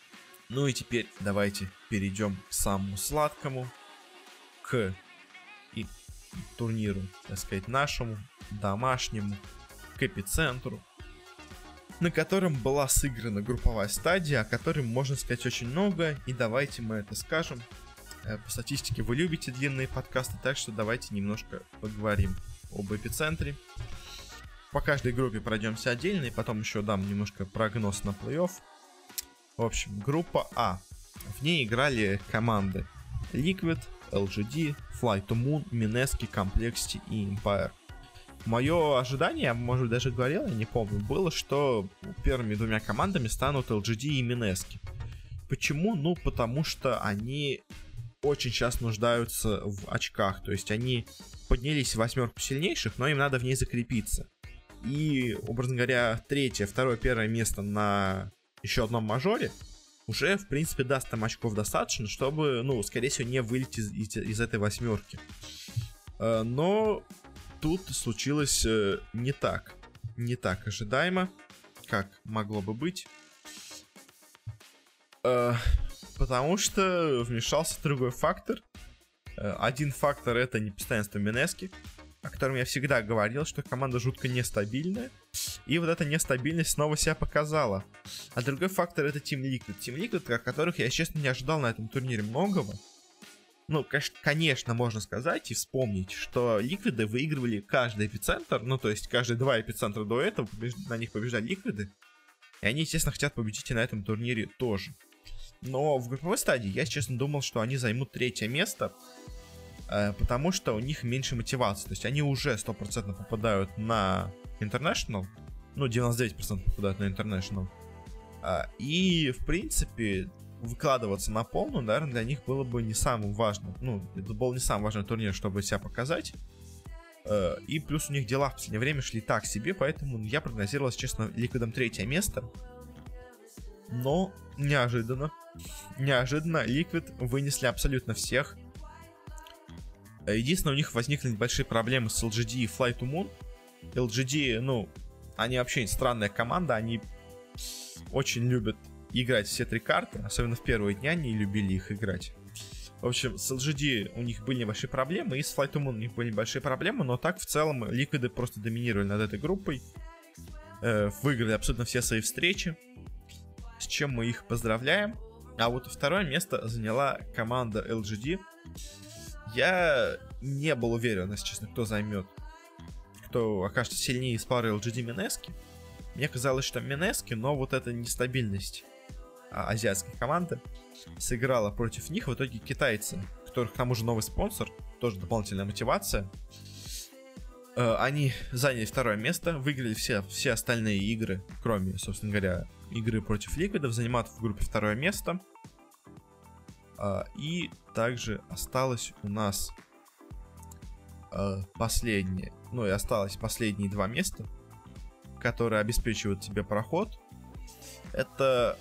Ну и теперь давайте перейдем к самому сладкому, к и турниру, так сказать, нашему, домашнему, к эпицентру, на котором была сыграна групповая стадия, о которой можно сказать очень много, и давайте мы это скажем. По статистике вы любите длинные подкасты, так что давайте немножко поговорим об эпицентре. По каждой группе пройдемся отдельно, и потом еще дам немножко прогноз на плей-офф. В общем, группа А. В ней играли команды Liquid, эл джи ди, Fly to Moon, Mineski, Complexity и Empire. Мое ожидание, я, может, даже говорил, я не помню, было, что первыми двумя командами станут эл джи ди и Mineski. Почему? Ну, потому что они очень сейчас нуждаются в очках. То есть они поднялись в восьмерку сильнейших, но им надо в ней закрепиться. И, образно говоря, третье, второе, первое место на еще одном мажоре уже, в принципе, даст им очков достаточно, чтобы, ну, скорее всего, не вылететь из, из, из этой восьмерки. Но тут случилось не так. Не так ожидаемо, как могло бы быть. Потому что вмешался другой фактор. Один фактор — это непостоянство Mineski, о котором я всегда говорил, что команда жутко нестабильная. И вот эта нестабильность снова себя показала. А другой фактор — это Team Liquid. Team Liquid, о которых я, честно, не ожидал на этом турнире многого. Ну, конечно, можно сказать и вспомнить, что Ликвиды выигрывали каждый эпицентр. Ну, то есть каждые два эпицентра до этого на них побеждали Ликвиды. И они, естественно, хотят победить и на этом турнире тоже. Но в групповой стадии я, честно, думал, что они займут третье место, э, потому что у них меньше мотивации. То есть они уже сто процентов попадают на International. Ну, девяносто девять процентов попадают на International. Э, и, в принципе, выкладываться на полную, наверное, для них было бы не самым важным. Ну, это был не самый важный турнир, чтобы себя показать. Э, и плюс у них дела в последнее время шли так себе, поэтому я прогнозировал, честно, Ликвидом третье место. Но неожиданно, неожиданно Liquid вынесли абсолютно всех. Единственное, у них возникли небольшие проблемы с эл джи ди и Fly to Moon. эл джи ди, ну, они вообще странная команда, они очень любят играть все три карты, особенно в первые дни они любили их играть. В общем, с эл джи ди у них были небольшие проблемы, и с Fly to Moon у них были небольшие проблемы, но так в целом Liquid просто доминировали над этой группой, э, выиграли абсолютно все свои встречи, с чем мы их поздравляем. А вот второе место заняла команда эл джи ди. Я не был уверен, если честно, кто займет, кто окажется сильнее из пары эл джи ди Mineski. Мне казалось, что Mineski, но вот эта нестабильность а, азиатской команды сыграла против них. В итоге китайцы, у которых к тому же новый спонсор, тоже дополнительная мотивация, э, они заняли второе место, выиграли все, все остальные игры, кроме, собственно говоря, игры против Ликвидов, занимают в группе второе место. А, и также осталось у нас а, последнее, ну и осталось последние два места, которые обеспечивают тебе проход. Это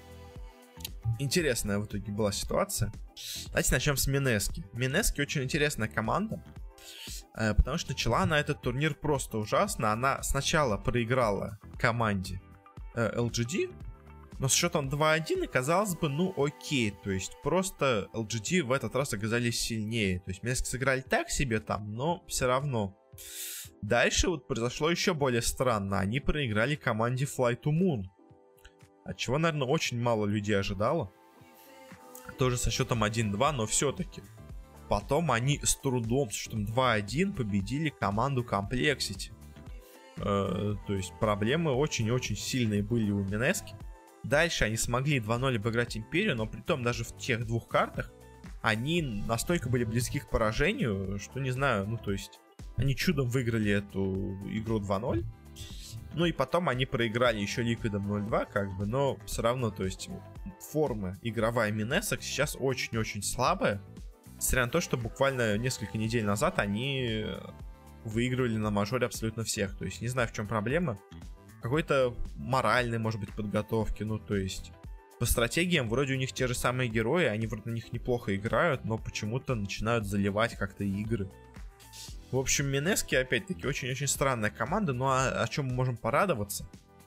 интересная в итоге была ситуация. Давайте начнем с Mineski. Mineski очень интересная команда, а, потому что начала она этот турнир просто ужасно. Она сначала проиграла команде эл джи ди, но с счетом два один, и казалось бы, ну окей, то есть просто эл джи ди в этот раз оказались сильнее. То есть Mineski сыграли так себе там, но все равно. Дальше вот произошло еще более странно. Они проиграли команде Fly to Moon, от чего, наверное, очень мало людей ожидало. Тоже со счетом один два, но все-таки. Потом они с трудом, с счетом два один, победили команду Complexity. Uh, то есть проблемы очень-очень сильные были у Mineski. Дальше они смогли два ноль обыграть Империю, но при том даже в тех двух картах они настолько были близки к поражению, что не знаю, ну то есть они чудом выиграли эту игру два ноль. Ну и потом они проиграли еще Ликвидом ноль два, как бы, но все равно, то есть форма игровая Mineski сейчас очень-очень слабая, несмотря на то, что буквально несколько недель назад они выигрывали на мажоре абсолютно всех. То есть не знаю, в чем проблема. Какой-то моральной, может быть, подготовки. Ну, то есть по стратегиям вроде у них те же самые герои, они вроде на них неплохо играют, но почему-то начинают заливать как-то игры. В общем, Mineski, опять-таки, очень-очень странная команда. Ну, а о чем мы можем порадоваться?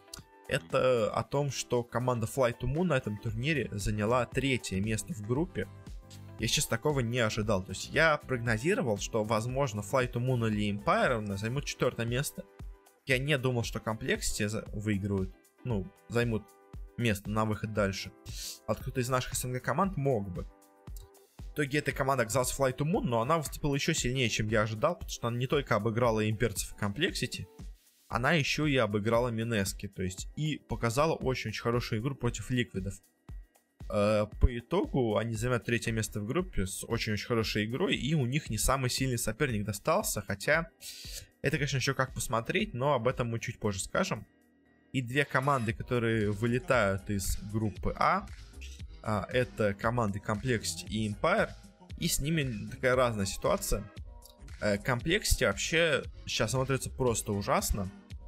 это о том, что команда Fly to Moon на этом турнире заняла третье место в группе. Я сейчас такого не ожидал. То есть я прогнозировал, что, возможно, Fly to Moon или Empire займут четвертое место. Я не думал, что Complexity выиграют, ну, займут место на выход дальше. А кто-то из наших СНГ команд мог бы. В итоге эта команда оказалась Fly to Moon, но она выступила еще сильнее, чем я ожидал, потому что она не только обыграла имперцев и Complexity, она еще и обыграла Минески, то есть и показала очень-очень хорошую игру против ликвидов. По итогу они занимают третье место в группе с очень-очень хорошей игрой, и у них не самый сильный соперник достался, хотя это, конечно, еще как посмотреть, но об этом мы чуть позже скажем. И две команды, которые вылетают из группы А, это команды Complexity и Empire, и с ними такая разная ситуация. Complexity вообще сейчас смотрится просто ужасно,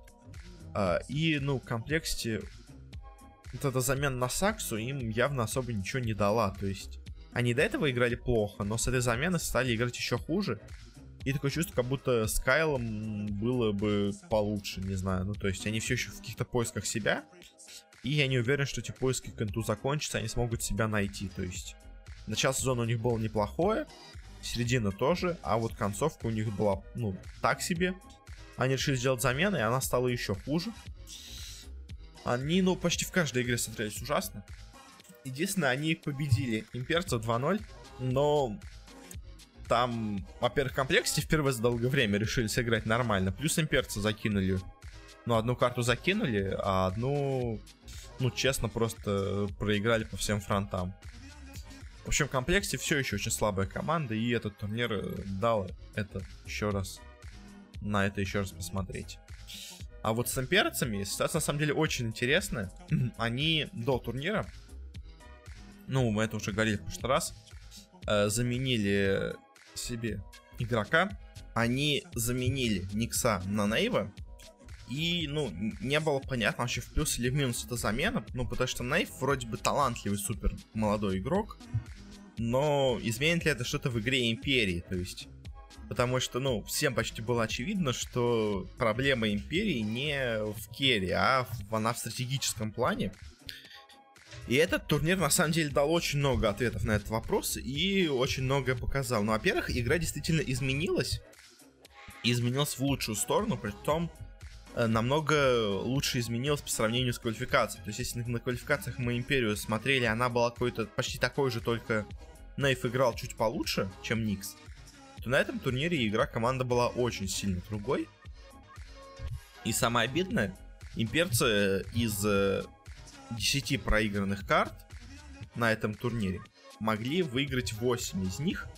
и, ну, Complexity... Вот эта замена на Саксу им явно особо ничего не дала. То есть они до этого играли плохо, но с этой замены стали играть еще хуже. И такое чувство, как будто с Кайлом было бы получше, не знаю. Ну, то есть они все еще в каких-то поисках себя. И я не уверен, что эти поиски к конту закончатся, они смогут себя найти. То есть начало сезона у них было неплохое, середина тоже, а вот концовка у них была, ну, так себе. Они решили сделать замену, и она стала еще хуже. Они, ну, почти в каждой игре смотрелись ужасно. Единственное, они победили имперцев два ноль, но там, во-первых, в комплекте впервые за долгое время решили сыграть нормально. Плюс имперцы закинули, ну, одну карту закинули, а одну, ну, честно, просто проиграли по всем фронтам. В общем, в комплекте все еще очень слабая команда, и этот турнир дал это еще раз, на это еще раз посмотреть. А вот с имперцами ситуация на самом деле очень интересная. Они до турнира, ну, мы это уже говорили в прошлый раз, э, заменили себе игрока. Они заменили Никса на Нейва. И, ну, не было понятно вообще в плюс или в минус эта замена. Ну, потому что Нейв вроде бы талантливый, супер молодой игрок. Но изменит ли это что-то в игре Империи? То есть... Потому что, ну, всем почти было очевидно, что проблема Империи не в керри, а в, она в стратегическом плане. И этот турнир, на самом деле, дал очень много ответов на этот вопрос и очень многое показал. Ну, во-первых, игра действительно изменилась. И изменилась в лучшую сторону, при том намного лучше изменилась по сравнению с квалификацией. То есть, если на квалификациях мы Империю смотрели, она была какой-то почти такой же, только Нейв играл чуть получше, чем Никс, то на этом турнире игра команда была очень сильно другой. И самое обидное, имперцы из десяти проигранных карт на этом турнире могли выиграть восемь из них.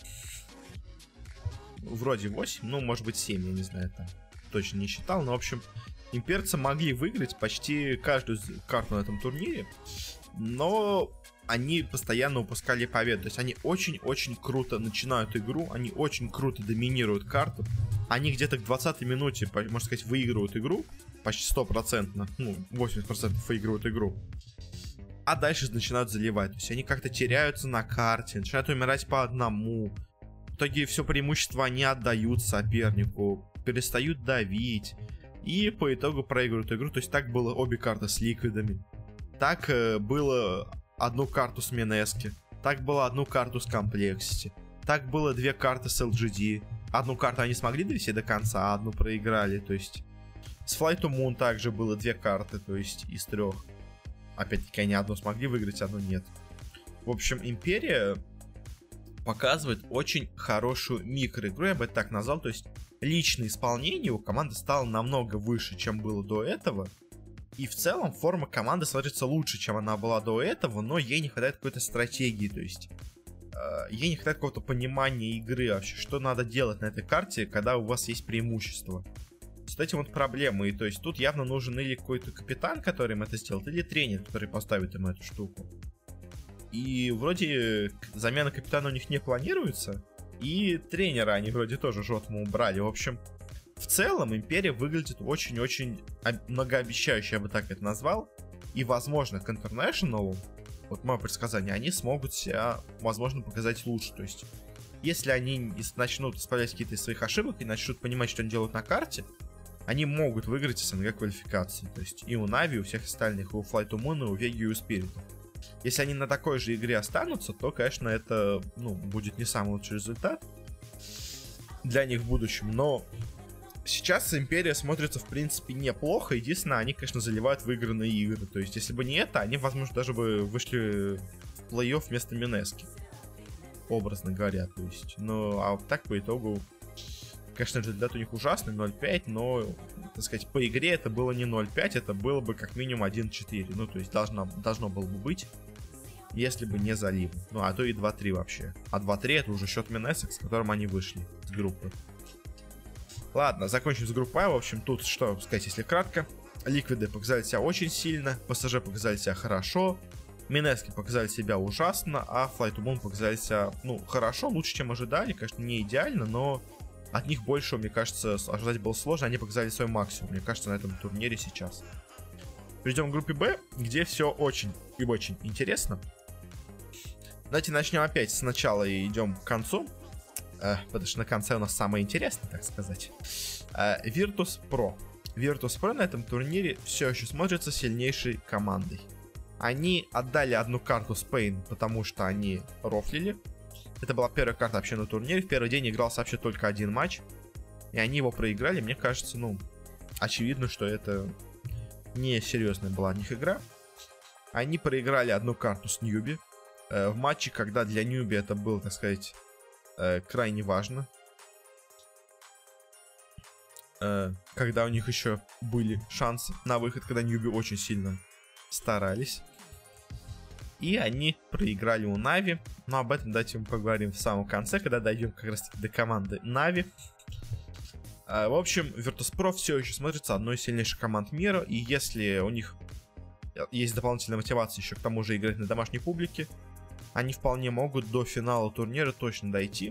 Вроде восемь, ну, может быть, семь, я не знаю, там точно не считал. Но, в общем, имперцы могли выиграть почти каждую карту на этом турнире. Но они постоянно упускали победу. То есть они очень-очень круто начинают игру, они очень круто доминируют карту. Они где-то к двадцатой минуте, можно сказать, выигрывают игру. Почти стопроцентно, ну, восемьдесят процентов выигрывают игру. А дальше начинают заливать. То есть они как-то теряются на карте, начинают умирать по одному. В итоге все преимущество они отдают сопернику, перестают давить. И по итогу проигрывают игру. То есть так было обе карты с ликвидами. Так э, было одну карту с Минески. Так было одну карту с Complexity. Так было две карты с эл джи ди. Одну карту они смогли довести до конца, а одну проиграли. То есть с Fly to Moon также было две карты, то есть из трех. Опять-таки они одну смогли выиграть, одну нет. В общем, Империя показывает очень хорошую микроигру, я бы это так назвал. То есть личное исполнение у команды стало намного выше, чем было до этого. И в целом форма команды смотрится лучше, чем она была до этого, но ей не хватает какой-то стратегии, то есть э, ей не хватает какого-то понимания игры вообще, что надо делать на этой карте, когда у вас есть преимущество. С этим вот проблемы, и то есть тут явно нужен или какой-то капитан, который им это сделает, или тренер, который поставит им эту штуку. И вроде замена капитана у них не планируется, и тренера они вроде тоже жестко убрали. В общем, в целом Империя выглядит очень-очень многообещающе, я бы так это назвал. И, возможно, к International, вот мое предсказание, они смогут себя, возможно, показать лучше. То есть, если они начнут исправлять какие-то из своих ошибок и начнут понимать, что они делают на карте, они могут выиграть СНГ квалификации. То есть и у Нави, и у всех остальных, и у Flight to Moon, и у Веги, и у Спирита. Если они на такой же игре останутся, то, конечно, это, ну, будет не самый лучший результат для них в будущем. Но сейчас Империя смотрится, в принципе, неплохо. Единственное, они, конечно, заливают выигранные игры. То есть, если бы не это, они, возможно, даже бы вышли в плей-офф вместо Минески. Образно говоря, то есть. Ну, а так, по итогу, конечно, результат у них ужасный, ноль пять, но, так сказать, по игре это было не ноль пять, это было бы как минимум один четыре. Ну, то есть, должно, должно было бы быть, если бы не залив. Ну, а то и два три вообще. А два три это уже счет Минесок, с которым они вышли с группы. Ладно, закончим с группой. В общем, тут что сказать, если кратко. Ликвиды показали себя очень сильно, ПСЖ показали себя хорошо, Минески показали себя ужасно, а Flight to Moon показали себя, ну, хорошо, лучше, чем ожидали. Конечно, не идеально, но от них больше, мне кажется, ожидать было сложно. Они показали свой максимум, мне кажется, на этом турнире сейчас. Перейдем к группе Б, где все очень и очень интересно. Давайте начнем опять сначала и идем к концу. Э, потому что на конце у нас самое интересное, так сказать. Э, Virtus.pro. Virtus.pro на этом турнире все еще смотрится сильнейшей командой. Они отдали одну карту Spain, потому что они рофлили. Это была первая карта вообще на турнире. В первый день игрался вообще только один матч. И они его проиграли. Мне кажется, ну, очевидно, что это не серьезная была от них игра. Они проиграли одну карту с Ньюби. Э, в матче, когда для Ньюби это было, так сказать, э, крайне важно. Э, когда у них еще были шансы на выход, когда Ньюби очень сильно старались. И они проиграли у Нави. Но об этом давайте мы поговорим в самом конце, когда дойдем как раз таки до команды Нави. В общем, Virtus.pro все еще смотрится одной из сильнейших команд мира. И если у них есть дополнительная мотивация еще к тому же играть на домашней публике, они вполне могут до финала турнира точно дойти.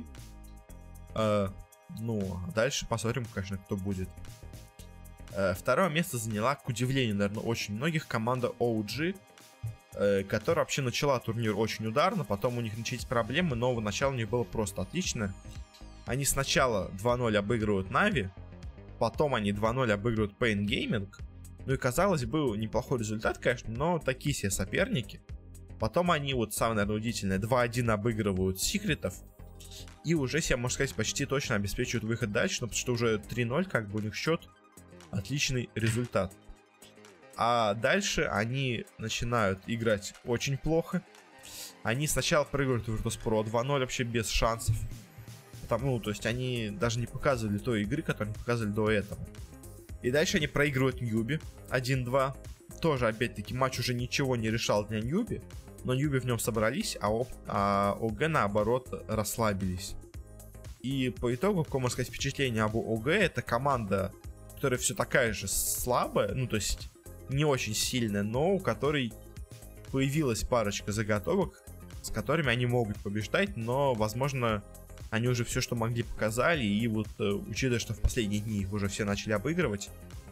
Ну, а дальше посмотрим, конечно, кто будет. Второе место заняла, к удивлению, наверное, очень многих, команда о джи, которая вообще начала турнир очень ударно, потом у них начались проблемы, но начало у них было просто отлично. Они сначала два ноль обыгрывают Нави, потом они два ноль обыгрывают Pain Gaming, ну и, казалось бы, неплохой результат, конечно, но такие себе соперники. Потом они, вот самое, наверное, удивительное, два один обыгрывают Секретов, и уже себе, можно сказать, почти точно обеспечивают выход дальше, ну, потому что уже три ноль, как бы у них счет. Отличный результат. А дальше они начинают играть очень плохо. Они сначала проигрывают Virtus.pro два ноль вообще без шансов. Потому, ну, то есть они даже не показывали той игры, которую они показывали до этого. И дальше они проигрывают Ньюби один два. Тоже, опять-таки, матч уже ничего не решал для Ньюби. Но Ньюби в нем собрались, а, а ОГ, наоборот, расслабились. И по итогу, какое, можно сказать, впечатление об ОГ, это команда, которая все такая же слабая, ну, то есть не очень сильная, но у которой появилась парочка заготовок, с которыми они могут побеждать, но, возможно, они уже все, что могли, показали, и вот, учитывая, что в последние дни их уже все начали обыгрывать,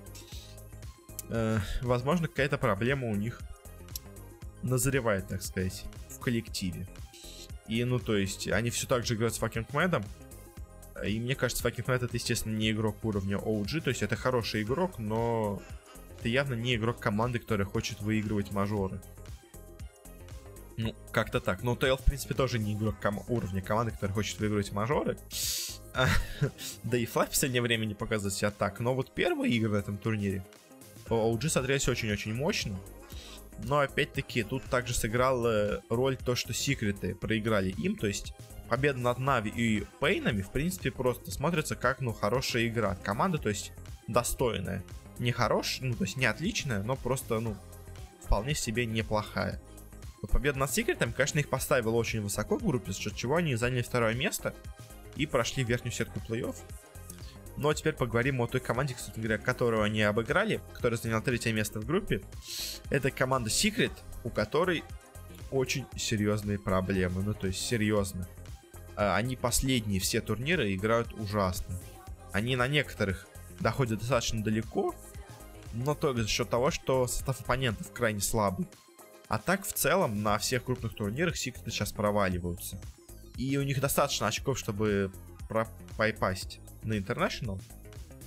э, возможно, какая-то проблема у них назревает, так сказать, в коллективе. И, ну, то есть, они все так же играют с Fucking Mad'ом. И мне кажется, Fucking Mad это, естественно, не игрок уровня о джи. То есть это хороший игрок, но это явно не игрок команды, которая хочет выигрывать мажоры. Ну, как-то так. Но Тейл, в принципе, тоже не игрок ком- уровня команды, которая хочет выигрывать мажоры. Да и Флай в последнее время не показывает себя так. Но вот первые игры на этом турнире о джи смотрелись очень-очень мощно. Но, опять-таки, тут также сыграла роль то, что Секреты проиграли им. То есть победа над Нави и Пейнами, в принципе, просто смотрится как, ну, хорошая игра от команды, то есть достойная. Не хорошая, ну, то есть не отличная, но просто, ну, вполне себе неплохая. Вот победа над Секретами, конечно, их поставила очень высоко в группе, за счет чего они заняли второе место и прошли верхнюю сетку плей-офф. Но теперь поговорим о той команде, кстати говоря, которую они обыграли, которая заняла третье место в группе. Это команда Secret, у которой очень серьезные проблемы, ну, то есть серьезно. Они последние все турниры играют ужасно. Они на некоторых доходят достаточно далеко, но только за счет того, что состав оппонентов крайне слабый. А так, в целом, на всех крупных турнирах Секреты сейчас проваливаются. И у них достаточно очков, чтобы попасть на International.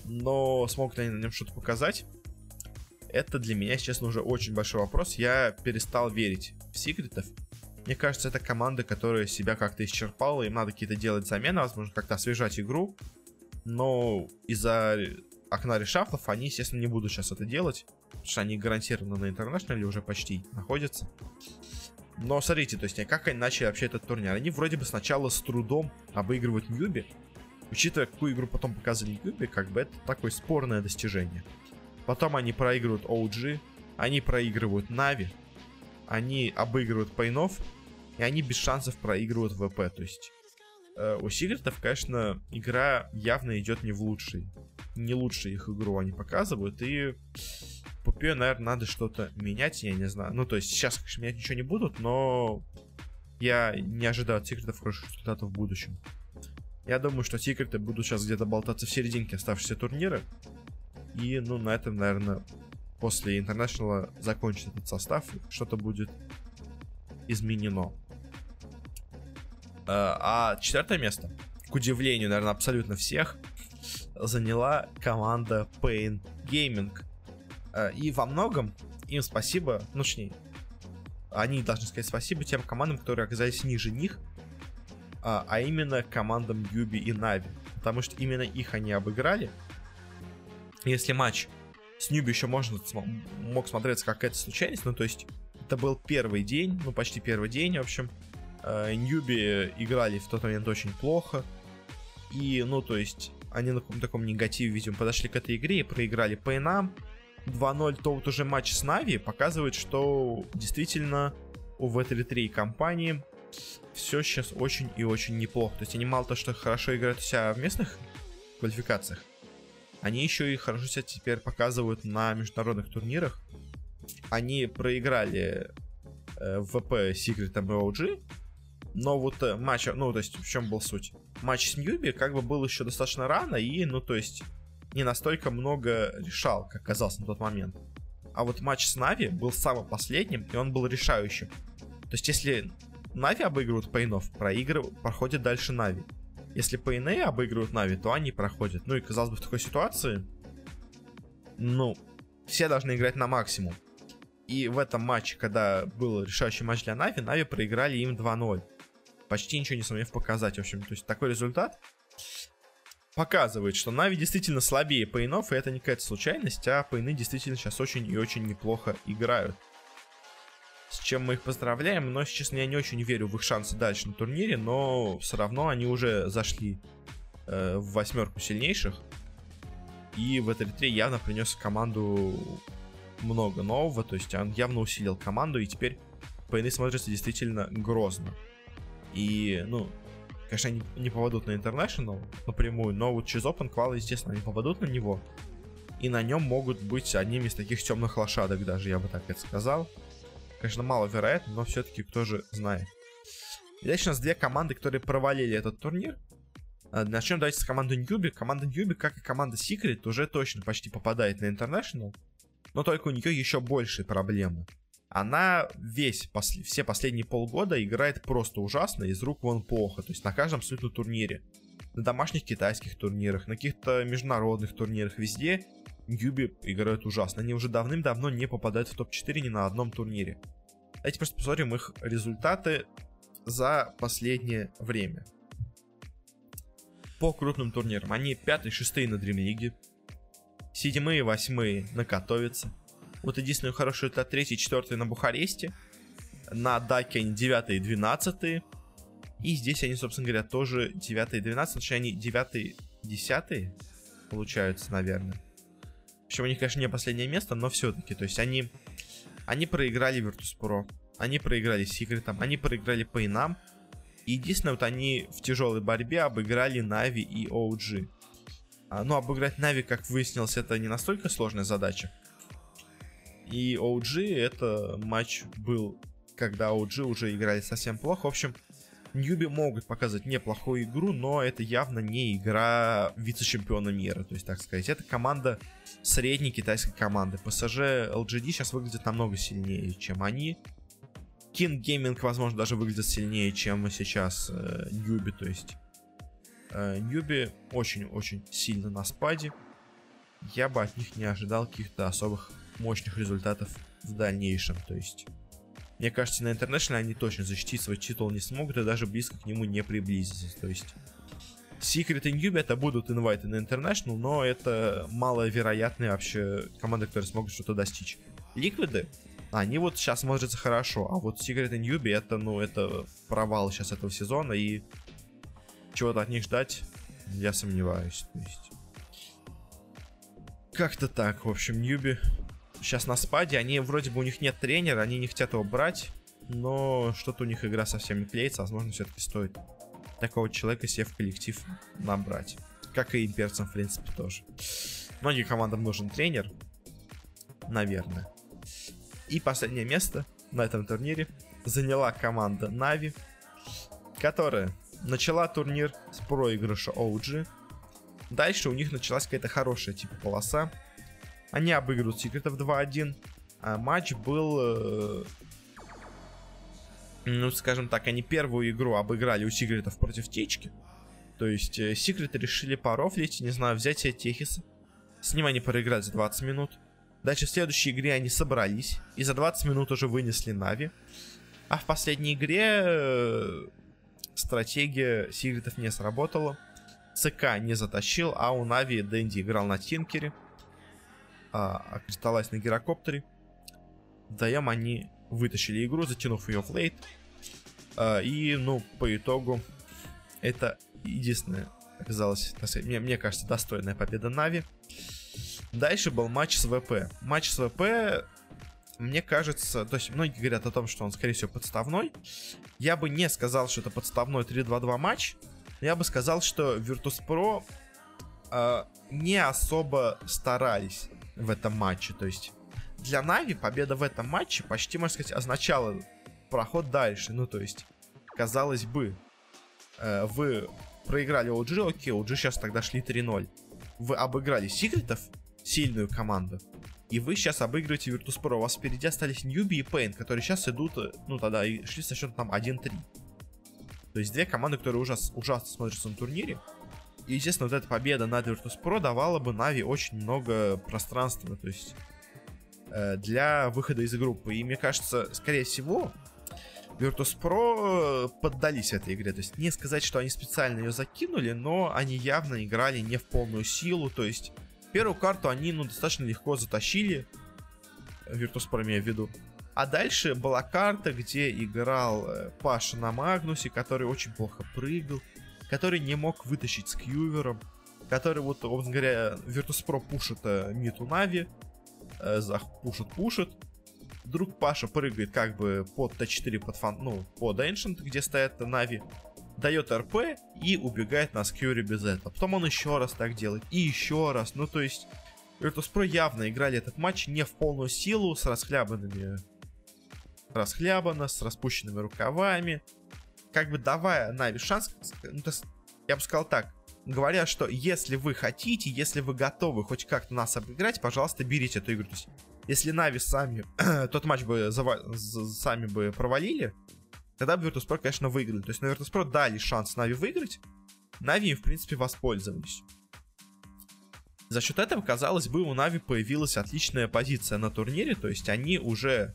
Но смогут ли они на нем что-то показать? Это для меня, честно, уже очень большой вопрос. Я перестал верить в секретов. Мне кажется, это команда, которая себя как-то исчерпала. Им надо какие-то делать замены, возможно, как-то освежать игру. Но из-за окна решафлов они, естественно, не будут сейчас это делать. Потому что они гарантированно на интернешнале уже почти находятся. Но смотрите, то есть как они начали вообще этот турнир? Они вроде бы сначала с трудом обыгрывают Ньюби. Учитывая, какую игру потом показали Ньюби, как бы это такое спорное достижение. Потом они проигрывают о джи, они проигрывают Нави, они обыгрывают Пейнов, и они без шансов проигрывают ВП. То есть э, у Секретов, конечно, игра явно идет не в лучший, не лучшую их игру они показывают, и по пи, наверное, надо что-то менять, я не знаю. Ну, то есть сейчас, конечно, менять ничего не будут, но я не ожидаю от Секретов хороших результатов в будущем. Я думаю, что Секреты будут сейчас где-то болтаться в серединке оставшихся турнира. И, ну, на этом, наверное, после Интернешнала закончится этот состав. Что-то будет изменено. А четвертое место, к удивлению, наверное, абсолютно всех, заняла команда Pain Gaming. И во многом им спасибо, ну, точнее, они должны сказать спасибо тем командам, которые оказались ниже них, а, а именно командам Ньюби и Нави. Потому что именно их они обыграли. Если матч с Ньюби еще можно, мог смотреться как какая-то случайность, ну то есть это был первый день, ну почти первый день, в общем. Ньюби играли в тот момент очень плохо. И, ну то есть, они на каком-то таком негативе, видимо, подошли к этой игре и проиграли Пейнам два ноль. То вот уже матч с Нави показывает, что действительно у ви три три компании все сейчас очень и очень неплохо. То есть они мало того, что хорошо играют у себя в местных квалификациях, они еще и хорошо себя теперь показывают на международных турнирах. Они проиграли э, ВП, Секретом и о джи. Но вот э, матч, ну то есть в чем был суть? Матч с Ньюби как бы был еще достаточно рано и, ну то есть, не настолько много решал, как казалось на тот момент. А вот матч с Нави был самым последним, и он был решающим. То есть если Нави обыгрывают Пейнов, проигрывают, проходит дальше Нави. Если Пейны обыгрывают Нави, то они проходят. Ну и казалось бы, в такой ситуации, ну, все должны играть на максимум. И в этом матче, когда был решающий матч для Нави, Нави проиграли им два ноль. Почти ничего не сумев показать, в общем. То есть такой результат показывает, что Нави действительно слабее Пейнов, и это не какая-то случайность, а Пейны действительно сейчас очень и очень неплохо играют. С чем мы их поздравляем, но, честно, я не очень верю в их шансы дальше на турнире, но все равно они уже зашли э, в восьмерку сильнейших, и ви три три явно принес в команду много нового, то есть он явно усилил команду, и теперь Пейны смотрятся действительно грозно. И, ну, конечно, они не попадут на International напрямую, но вот через Open Qual, естественно, они попадут на него, и на нем могут быть одними из таких темных лошадок даже, я бы так это сказал. Конечно, маловероятно, но все-таки кто же знает. И дальше у нас две команды, которые провалили этот турнир. Начнем давайте с команды Ньюби. Команда Ньюби, как и команда Secret, уже точно почти попадает на International. Но только у нее еще большие проблемы. Она весь, после, все последние полгода играет просто ужасно, из рук вон плохо. То есть на каждом абсолютно турнире. На домашних китайских турнирах, на каких-то международных турнирах, везде Ньюби играют ужасно. Они уже давным-давно не попадают в топ четыре ни на одном турнире. Давайте просто посмотрим их результаты за последнее время. По крупным турнирам. Они пятые, шестые на Dream League. Седьмые, восьмые на Катовице. Вот единственный хороший результат третий, четвертый на Бухаресте. На Даке они девятые, двенадцатые. И здесь они, собственно говоря, тоже девятые, двенадцатые. Точнее, они девятые, десятые получаются, наверное. В общем, у них, конечно, не последнее место, но все-таки. То есть они, они проиграли Virtus.pro, они проиграли Секретам, они проиграли Пейнам. И единственное, вот они в тяжелой борьбе обыграли Нави и о джи. А, ну, обыграть Нави, как выяснилось, это не настолько сложная задача. И о джи, это матч был, когда о джи уже играли совсем плохо. В общем, Ньюби могут показать неплохую игру, но это явно не игра вице-чемпиона мира, то есть, так сказать. Это команда средней китайской команды. пэ эс жи эл джи ди сейчас выглядит намного сильнее, чем они. King Gaming, возможно, даже выглядит сильнее, чем сейчас Ньюби, э, то есть. Ньюби очень-очень сильно на спаде. я бы от них не ожидал каких-то особых мощных результатов в дальнейшем. То есть, мне кажется, на International они точно защитить свой титул не смогут и даже близко к нему не приблизиться. То есть, Secret и Newbie это будут инвайты на International, но это маловероятные вообще команды, которые смогут что-то достичь. Ликвиды, они вот сейчас смотрятся хорошо, а вот Secret и Newbie это, ну, это провал сейчас этого сезона, и чего-то от них ждать, я сомневаюсь. То есть, как-то так, в общем, Newbie сейчас на спаде, они вроде бы у них нет тренера, они не хотят его брать, но что-то у них игра совсем не клеится, возможно, все-таки стоит такого человека себе в коллектив набрать. Как и имперцам, в принципе, тоже. Многим командам нужен тренер, наверное. И последнее место на этом турнире заняла команда Нави, которая начала турнир с проигрыша о джи. Дальше у них началась какая-то хорошая типа полоса. Они обыгрывают Секретов два один. А матч был, э, ну, скажем так, они первую игру обыграли у Секретов против Течки. То есть э, Секреты решили порофлить, не знаю, взять себе Техиса. С ним они проиграли за двадцать минут. Дальше в следующей игре они собрались и за двадцать минут уже вынесли Нави. А в последней игре э, стратегия Секретов не сработала. ЦК не затащил, а у Нави Дэнди играл на Тинкере. А кристаллайз на гирокоптере. Вдвоем они вытащили игру, затянув ее в лейт. А, и, ну, по итогу, это единственная оказалась, мне, мне кажется, достойная победа Нави. Дальше был матч с ВП. Матч с ВП, мне кажется, то есть многие говорят о том, что он, скорее всего, подставной. Я бы не сказал, что это подставной три два два матч. Я бы сказал, что Virtus.pro э, не особо старались в этом матче. То есть для Нави победа в этом матче почти, можно сказать, означала проход дальше. Ну, то есть, казалось бы, э, вы проиграли о джи, окей, о джи сейчас тогда шли три ноль. Вы обыграли Секретов, сильную команду, и вы сейчас обыгрываете Virtus.pro. У вас впереди остались Newbie и Pain, которые сейчас идут, ну, тогда и шли со счетом там один три. То есть две команды, которые ужас, ужасно смотрятся на турнире. И, естественно, вот эта победа над Virtus.pro давала бы Нави очень много пространства, то есть э, для выхода из группы. И мне кажется, скорее всего, Virtus.pro поддались этой игре. То есть не сказать, что они специально ее закинули, но они явно играли не в полную силу. То есть первую карту они, ну, достаточно легко затащили. Virtus.pro имею в виду. А дальше была карта, где играл э, Паша на Магнусе, который очень плохо прыгал, который не мог вытащить с Кьювером, который, вот, образно говоря, Virtus.pro пушит э, мид у Нави, э, пушит-пушит. Вдруг Паша прыгает как бы под Т четыре, под, фан, ну, под Ancient, где стоят Нави, дает РП и убегает на Скьюри без этого. Потом он еще раз так делает, и еще раз. Ну, то есть, Virtus.pro явно играли этот матч не в полную силу, с расхлябанными... расхлябано, с распущенными рукавами, как бы давая Нави шанс. Ну, то есть, я бы сказал так, говоря, что если вы хотите, если вы готовы хоть как-то нас обыграть, пожалуйста, берите эту игру. То есть, если Нави сами тот матч бы зава... сами бы провалили, тогда бы Virtus.pro, конечно, выиграли. То есть на Virtus.pro дали шанс Нави выиграть, Нави им, в принципе, воспользовались. За счет этого, казалось бы, у Нави появилась отличная позиция на турнире, то есть они уже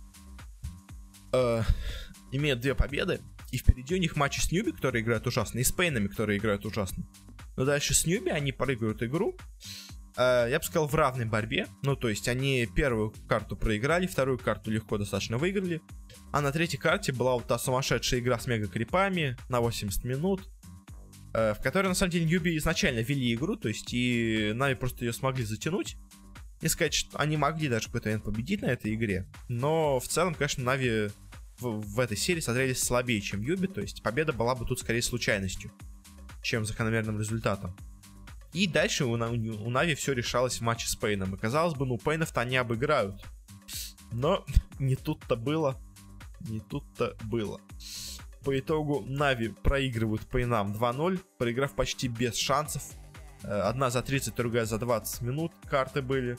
Э, имеют две победы, и впереди у них матчи с Ньюби, которые играют ужасно, и с Пейнами, которые играют ужасно. Но дальше с Ньюби они проигрывают игру, э, я бы сказал, в равной борьбе. Ну, то есть они первую карту проиграли, вторую карту легко достаточно выиграли, а на третьей карте была вот та сумасшедшая игра с мега-крипами на восемьдесят минут, э, в которой, на самом деле, Ньюби изначально вели игру, то есть и Нави просто ее смогли затянуть. Не сказать, что они могли даже какой-то момент победить на этой игре, но в целом, конечно, Нави в, в этой серии смотрелись слабее, чем Юби, то есть победа была бы тут скорее случайностью, чем закономерным результатом. И дальше у, у, у Нави все решалось в матче с Пейном, и казалось бы, ну, Пейнов-то они обыграют, но не тут-то было, не тут-то было. По итогу Нави проигрывают Пейнам два ноль, проиграв почти без шансов. Одна за тридцать, другая за двадцать минут карты были.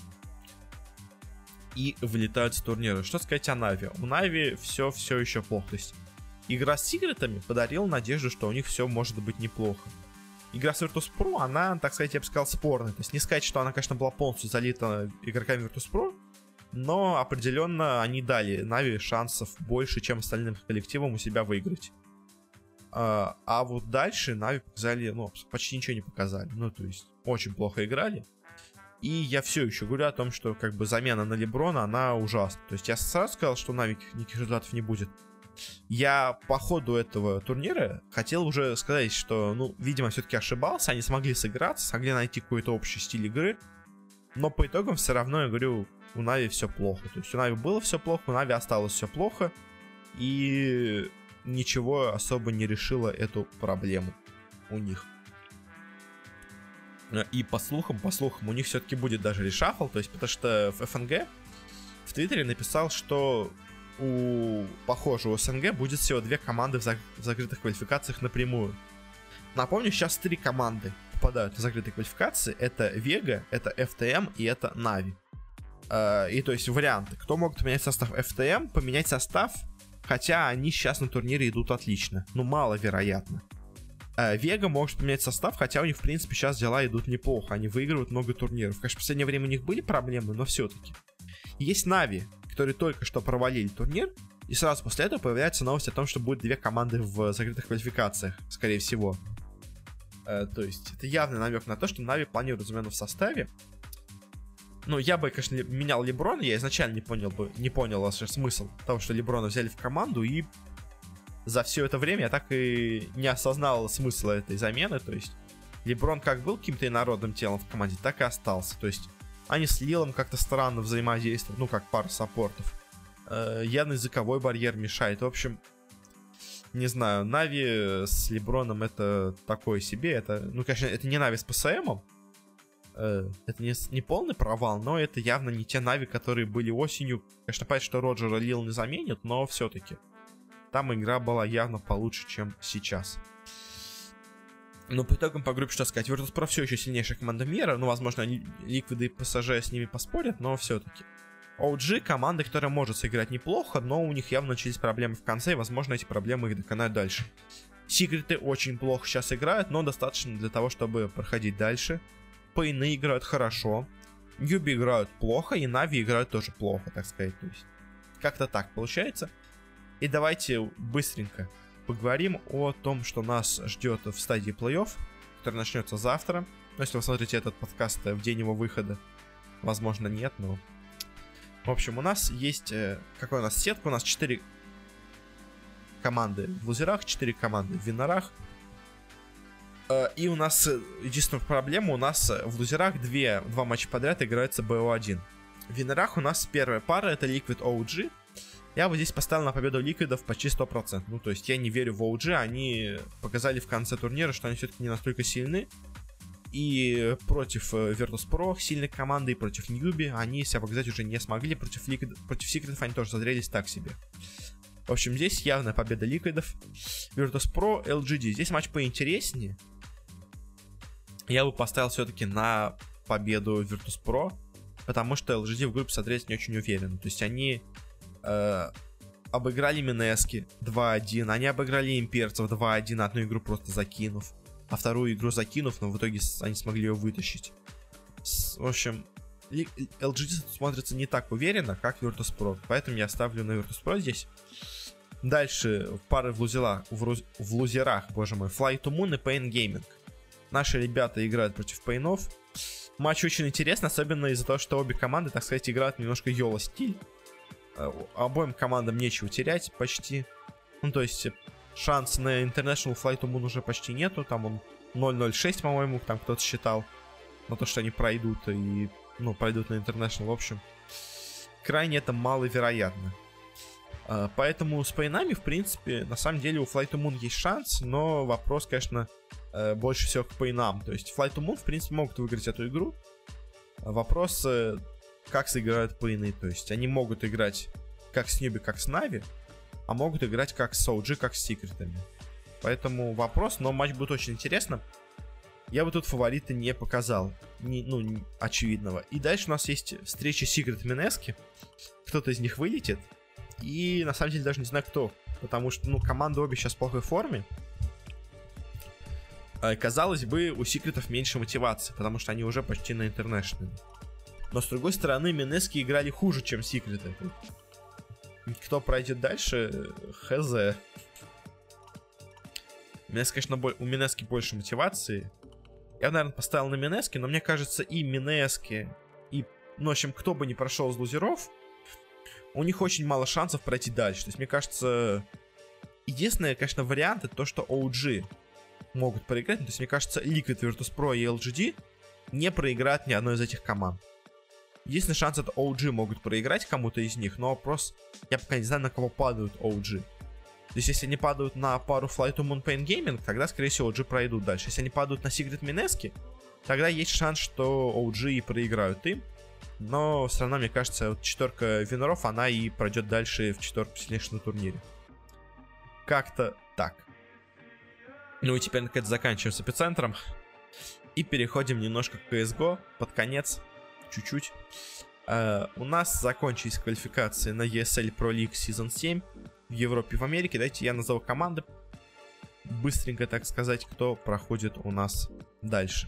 И вылетают с турнира. Что сказать о Нави? У Нави все все еще плохо. То есть игра с Секретами подарила надежду, что у них все может быть неплохо. игра с Virtus.pro, она, так сказать, я бы сказал, спорная. То есть не сказать, что она, конечно, была полностью залита игроками Virtus.pro, но определенно они дали Нави шансов больше, чем остальным коллективам у себя выиграть. А, а вот дальше Нави показали, ну, почти ничего не показали. Ну, то есть очень плохо играли. И я все еще говорю о том, что как бы замена на Леброна, она ужасна. То есть я сразу сказал, что у Нави никаких результатов не будет. Я по ходу этого турнира хотел уже сказать, что, ну, видимо, все-таки ошибался. Они смогли сыграться, смогли найти какой-то общий стиль игры. Но по итогам все равно, я говорю, у Нави все плохо. То есть у Нави было все плохо, у Нави осталось все плохо. И ничего особо не решило эту проблему у них. И по слухам, по слухам, у них все-таки будет даже решафл. То есть, потому что в эф эн гэ в Твиттере написал, что у, похоже, у эс эн гэ будет всего две команды в, зак- в закрытых квалификациях напрямую. Напомню, сейчас три команды попадают в закрытые квалификации. Это Вега, это эф ти эм и это Нави. Uh, и то есть варианты. Кто может поменять состав эф ти эм, поменять состав, хотя они сейчас на турнире идут отлично. Ну, маловероятно. Uh, Вега может поменять состав, хотя у них, в принципе, сейчас дела идут неплохо. Они выигрывают много турниров. Конечно, в последнее время у них были проблемы, но все-таки. Есть Нави, которые только что провалили турнир, и сразу после этого появляется новость о том, что будет две команды в закрытых квалификациях, скорее всего. Uh, то есть это явный намек на то, что Нави планируют замену в составе. Ну, я бы, конечно, менял Леброна, я изначально не понял бы, не понял вообще смысл того, что Леброна взяли в команду, и за все это время я так и не осознал смысла этой замены. То есть Леброн как был каким-то инородным телом в команде, так и остался. То есть они с Лилом как-то странно взаимодействуют, ну, как пара саппортов. Э, явно языковой барьер мешает. В общем, не знаю, Нави с Леброном это такое себе. Это, ну, конечно, это не Нави с ПСМом. Э, это не, не полный провал, но это явно не те Нави, которые были осенью. Конечно, понятно, что Роджера Лил не заменит, но все-таки там игра была явно получше, чем сейчас. Но по итогам по группе, что сказать, Virtus.pro все еще сильнейшая команда мира. Ну, возможно, Ликвиды и пэ эс жэ с ними поспорят, но все-таки. о джи команда, которая может сыграть неплохо, но у них явно начались проблемы в конце, и, возможно, эти проблемы их доконают дальше. Секреты очень плохо сейчас играют, но достаточно для того, чтобы проходить дальше. Пейны играют хорошо, Ньюби играют плохо, и Нави играют тоже плохо, так сказать. То есть как-то так получается. И давайте быстренько поговорим о том, что нас ждет в стадии плей-офф, который начнется завтра. Но если вы смотрите этот подкаст в день его выхода, возможно, нет, но... В общем, у нас есть... Какая у нас сетка? У нас четыре команды в лузерах, четыре команды в виннерах. И у нас единственная проблема, у нас в лузерах две, два матча подряд играется би о один. В виннерах у нас первая пара, это Liquid о джи. Я вот здесь поставил на победу Ликвидов почти сто процентов. Ну, то есть я не верю в о джи, они показали в конце турнира, что они все-таки не настолько сильны. И против Virtus.pro сильной команды, и против Ньюби они себя показать уже не смогли. Против, Liquid, против Секретов они тоже зазрелись так себе. В общем, здесь явная победа Ликвидов. Virtus.pro, эл джи ди. Здесь матч поинтереснее. Я бы поставил все-таки на победу Virtus.pro, потому что эл джи ди в группе смотреть не очень уверен. То есть они э, обыграли Минески два один, они обыграли Имперцев два один, одну игру просто закинув, а вторую игру закинув, но в итоге они смогли ее вытащить. С, в общем, эл джи ди смотрится не так уверенно, как Virtus.pro, поэтому я ставлю на Virtus.pro здесь. Дальше пары в лузерах, в, в лузерах, боже мой, Fly to Moon и Pain Gaming. Наши ребята играют против Пейнов. Матч очень интересный, особенно из-за того, что обе команды, так сказать, играют немножко йоло-стиль. Обоим командам нечего терять почти. Ну, то есть, шанс на International Fly to Moon уже почти нету. Там он ноль ноль шесть, по-моему, там кто-то считал. На то, что они пройдут и, ну, пройдут на International, в общем. Крайне это маловероятно. Поэтому с Пейнами, в принципе, на самом деле у Fly to Moon есть шанс, но вопрос, конечно, больше всего к Пейнам. То есть Fly to Moon, в принципе, могут выиграть эту игру. Вопрос, как сыграют Пейны. То есть они могут играть как с Ньюби, как с Нави, а могут играть как с о джи, как с Секретами. Поэтому вопрос, но матч будет очень интересно. Я бы тут фаворита не показал. Не, ну, не, очевидного. И дальше у нас есть встреча Секрет Минески. Кто-то из них вылетит. И на самом деле даже не знаю кто. Потому что, ну, команды обе сейчас в плохой форме. Казалось бы, у секретов меньше мотивации, потому что они уже почти на интернешнл. Но с другой стороны, Минески играли хуже, чем секреты. Кто пройдет дальше, хз. У Минески, конечно, у Минески больше мотивации. Я, наверное, поставил на Минески, но мне кажется, и Минески, и, ну, в общем, кто бы не прошел из лузеров, у них очень мало шансов пройти дальше. То есть, мне кажется, единственный, конечно, вариант это то, что о джи могут проиграть. То есть, мне кажется, Liquid, Virtus.pro и эл джи ди не проиграют ни одной из этих команд. Единственный шанс это о джи могут проиграть кому-то из них, но вопрос, я пока не знаю, на кого падают о джи. То есть, если они падают на пару Fly to Moon Pain Gaming, тогда, скорее всего, о джи пройдут дальше. Если они падают на Secret Mineski, тогда есть шанс, что о джи и проиграют им. Но все равно, мне кажется, вот четверка виноров, она и пройдет дальше в четверку сильнейших на турнире. Как-то так. Ну и теперь, наконец, заканчиваем с эпицентром. И переходим немножко к си эс го под конец. Чуть-чуть. Uh, у нас закончились квалификации на и эс эл Pro League сезон семь в Европе и в Америке. Давайте я назову команды. Быстренько, так сказать, кто проходит у нас дальше.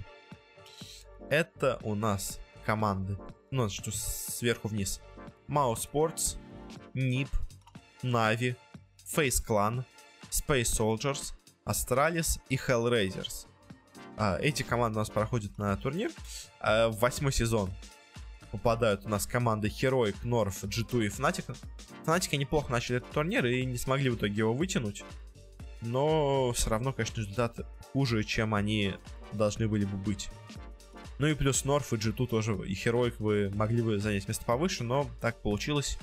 Это у нас команды, ну, что сверху вниз. Mao Sports, нип, Na'Vi, Face Clan, Space Soldiers, Astralis и Hellraisers. Uh, эти команды у нас проходят на турнир. Uh, в восьмой сезон попадают у нас команды Heroic, North, джи ту и Fnatic. Fnatic неплохо начали этот турнир и не смогли в итоге его вытянуть. Но все равно, конечно, результаты хуже, чем они должны были бы быть. Ну и плюс North и джи ту тоже, и Heroic вы могли бы занять место повыше, но так получилось.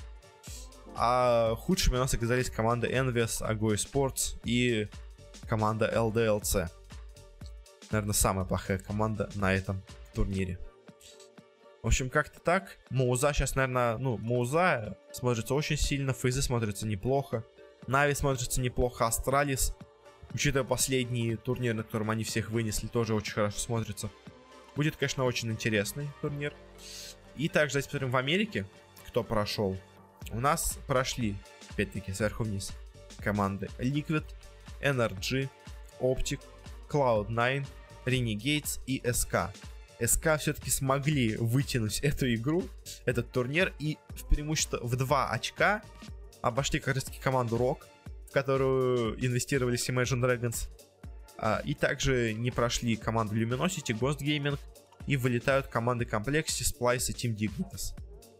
А худшими у нас оказались команды Envious, Agoy Sports и команда эл ди эл си. Наверное, самая плохая команда на этом турнире. В общем, как-то так. Моуза сейчас, наверное, ну, Моуза смотрится очень сильно, Фейзы смотрится неплохо, Na'Vi смотрится неплохо, Astralis, учитывая последний турнир, на котором они всех вынесли, тоже очень хорошо смотрится. Будет, конечно, очень интересный турнир. И также, давайте посмотрим в Америке, кто прошел. У нас прошли, опять-таки, сверху вниз, команды Liquid, эн ар джи, Optic, клауд найн, Renegades и эс ка. эс ка все-таки смогли вытянуть эту игру, этот турнир, и в преимущество в два очка обошли как раз таки команду Rock, в которую инвестировались Imagine Dragons. А, и также не прошли команду Luminosity, Ghost Gaming, и вылетают команды Complexity, Splice и Team Dignitas.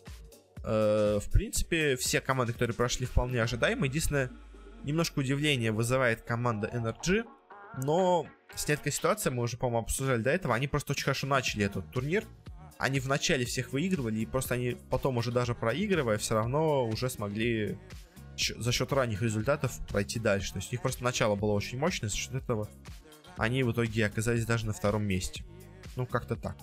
А, в принципе, все команды, которые прошли, вполне ожидаемы. Единственное, немножко удивление вызывает команда эн ар джи, но снятая ситуация, мы уже, по-моему, обсуждали до этого, они просто очень хорошо начали этот турнир. Они вначале всех выигрывали, и просто они потом уже даже проигрывая, все равно уже смогли за счет ранних результатов пройти дальше. То есть у них просто начало было очень мощное, за счет этого они в итоге оказались даже на втором месте. Ну, как-то так.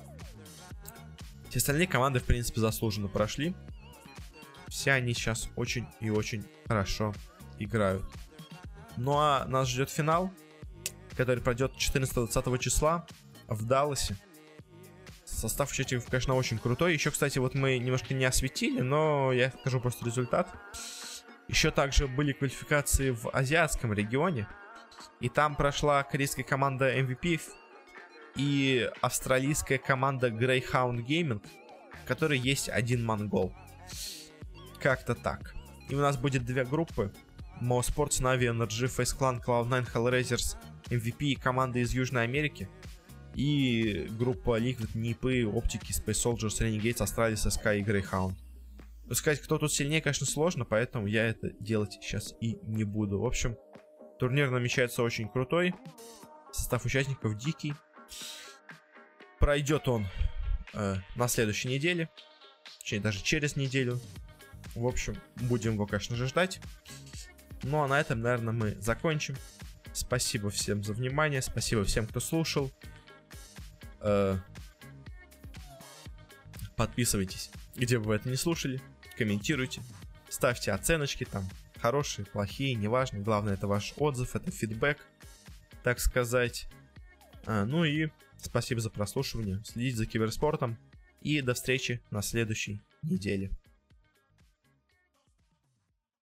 Все остальные команды, в принципе, заслуженно прошли. Все они сейчас очень и очень хорошо играют. Ну, а нас ждет финал, который пройдет четырнадцатого-двадцатого числа в Далласе. Состав участников, конечно, очень крутой. Еще, кстати, вот мы немножко не осветили, но я скажу просто результат. Еще также были квалификации в азиатском регионе. И там прошла корейская команда эм ви пи и австралийская команда Greyhound Gaming, в которой есть один монгол. Как-то так. И у нас будет две группы. Mao Sports, Na'Vi, эн ар джи, Face Clan, клауд найн, Hellraisers, эм ви пи и команды из Южной Америки. И группа Liquid, нип, Оптики, Space Soldiers, Renegades, Astralis, эс ка и Greyhound. Но сказать, кто тут сильнее, конечно, сложно, поэтому я это делать сейчас и не буду. В общем, турнир намечается очень крутой. Состав участников дикий. Пройдет он э, на следующей неделе. Точнее, даже через неделю. В общем, будем его, конечно же, ждать. Ну, а на этом, наверное, мы закончим. Спасибо всем за внимание. Спасибо всем, кто слушал. Э, подписывайтесь, где бы вы это не слушали. Комментируйте. Ставьте оценочки там. Хорошие, плохие, неважно. Главное, это ваш отзыв, это фидбэк, так сказать. А, ну и спасибо за прослушивание. Следите за киберспортом. И до встречи на следующей неделе.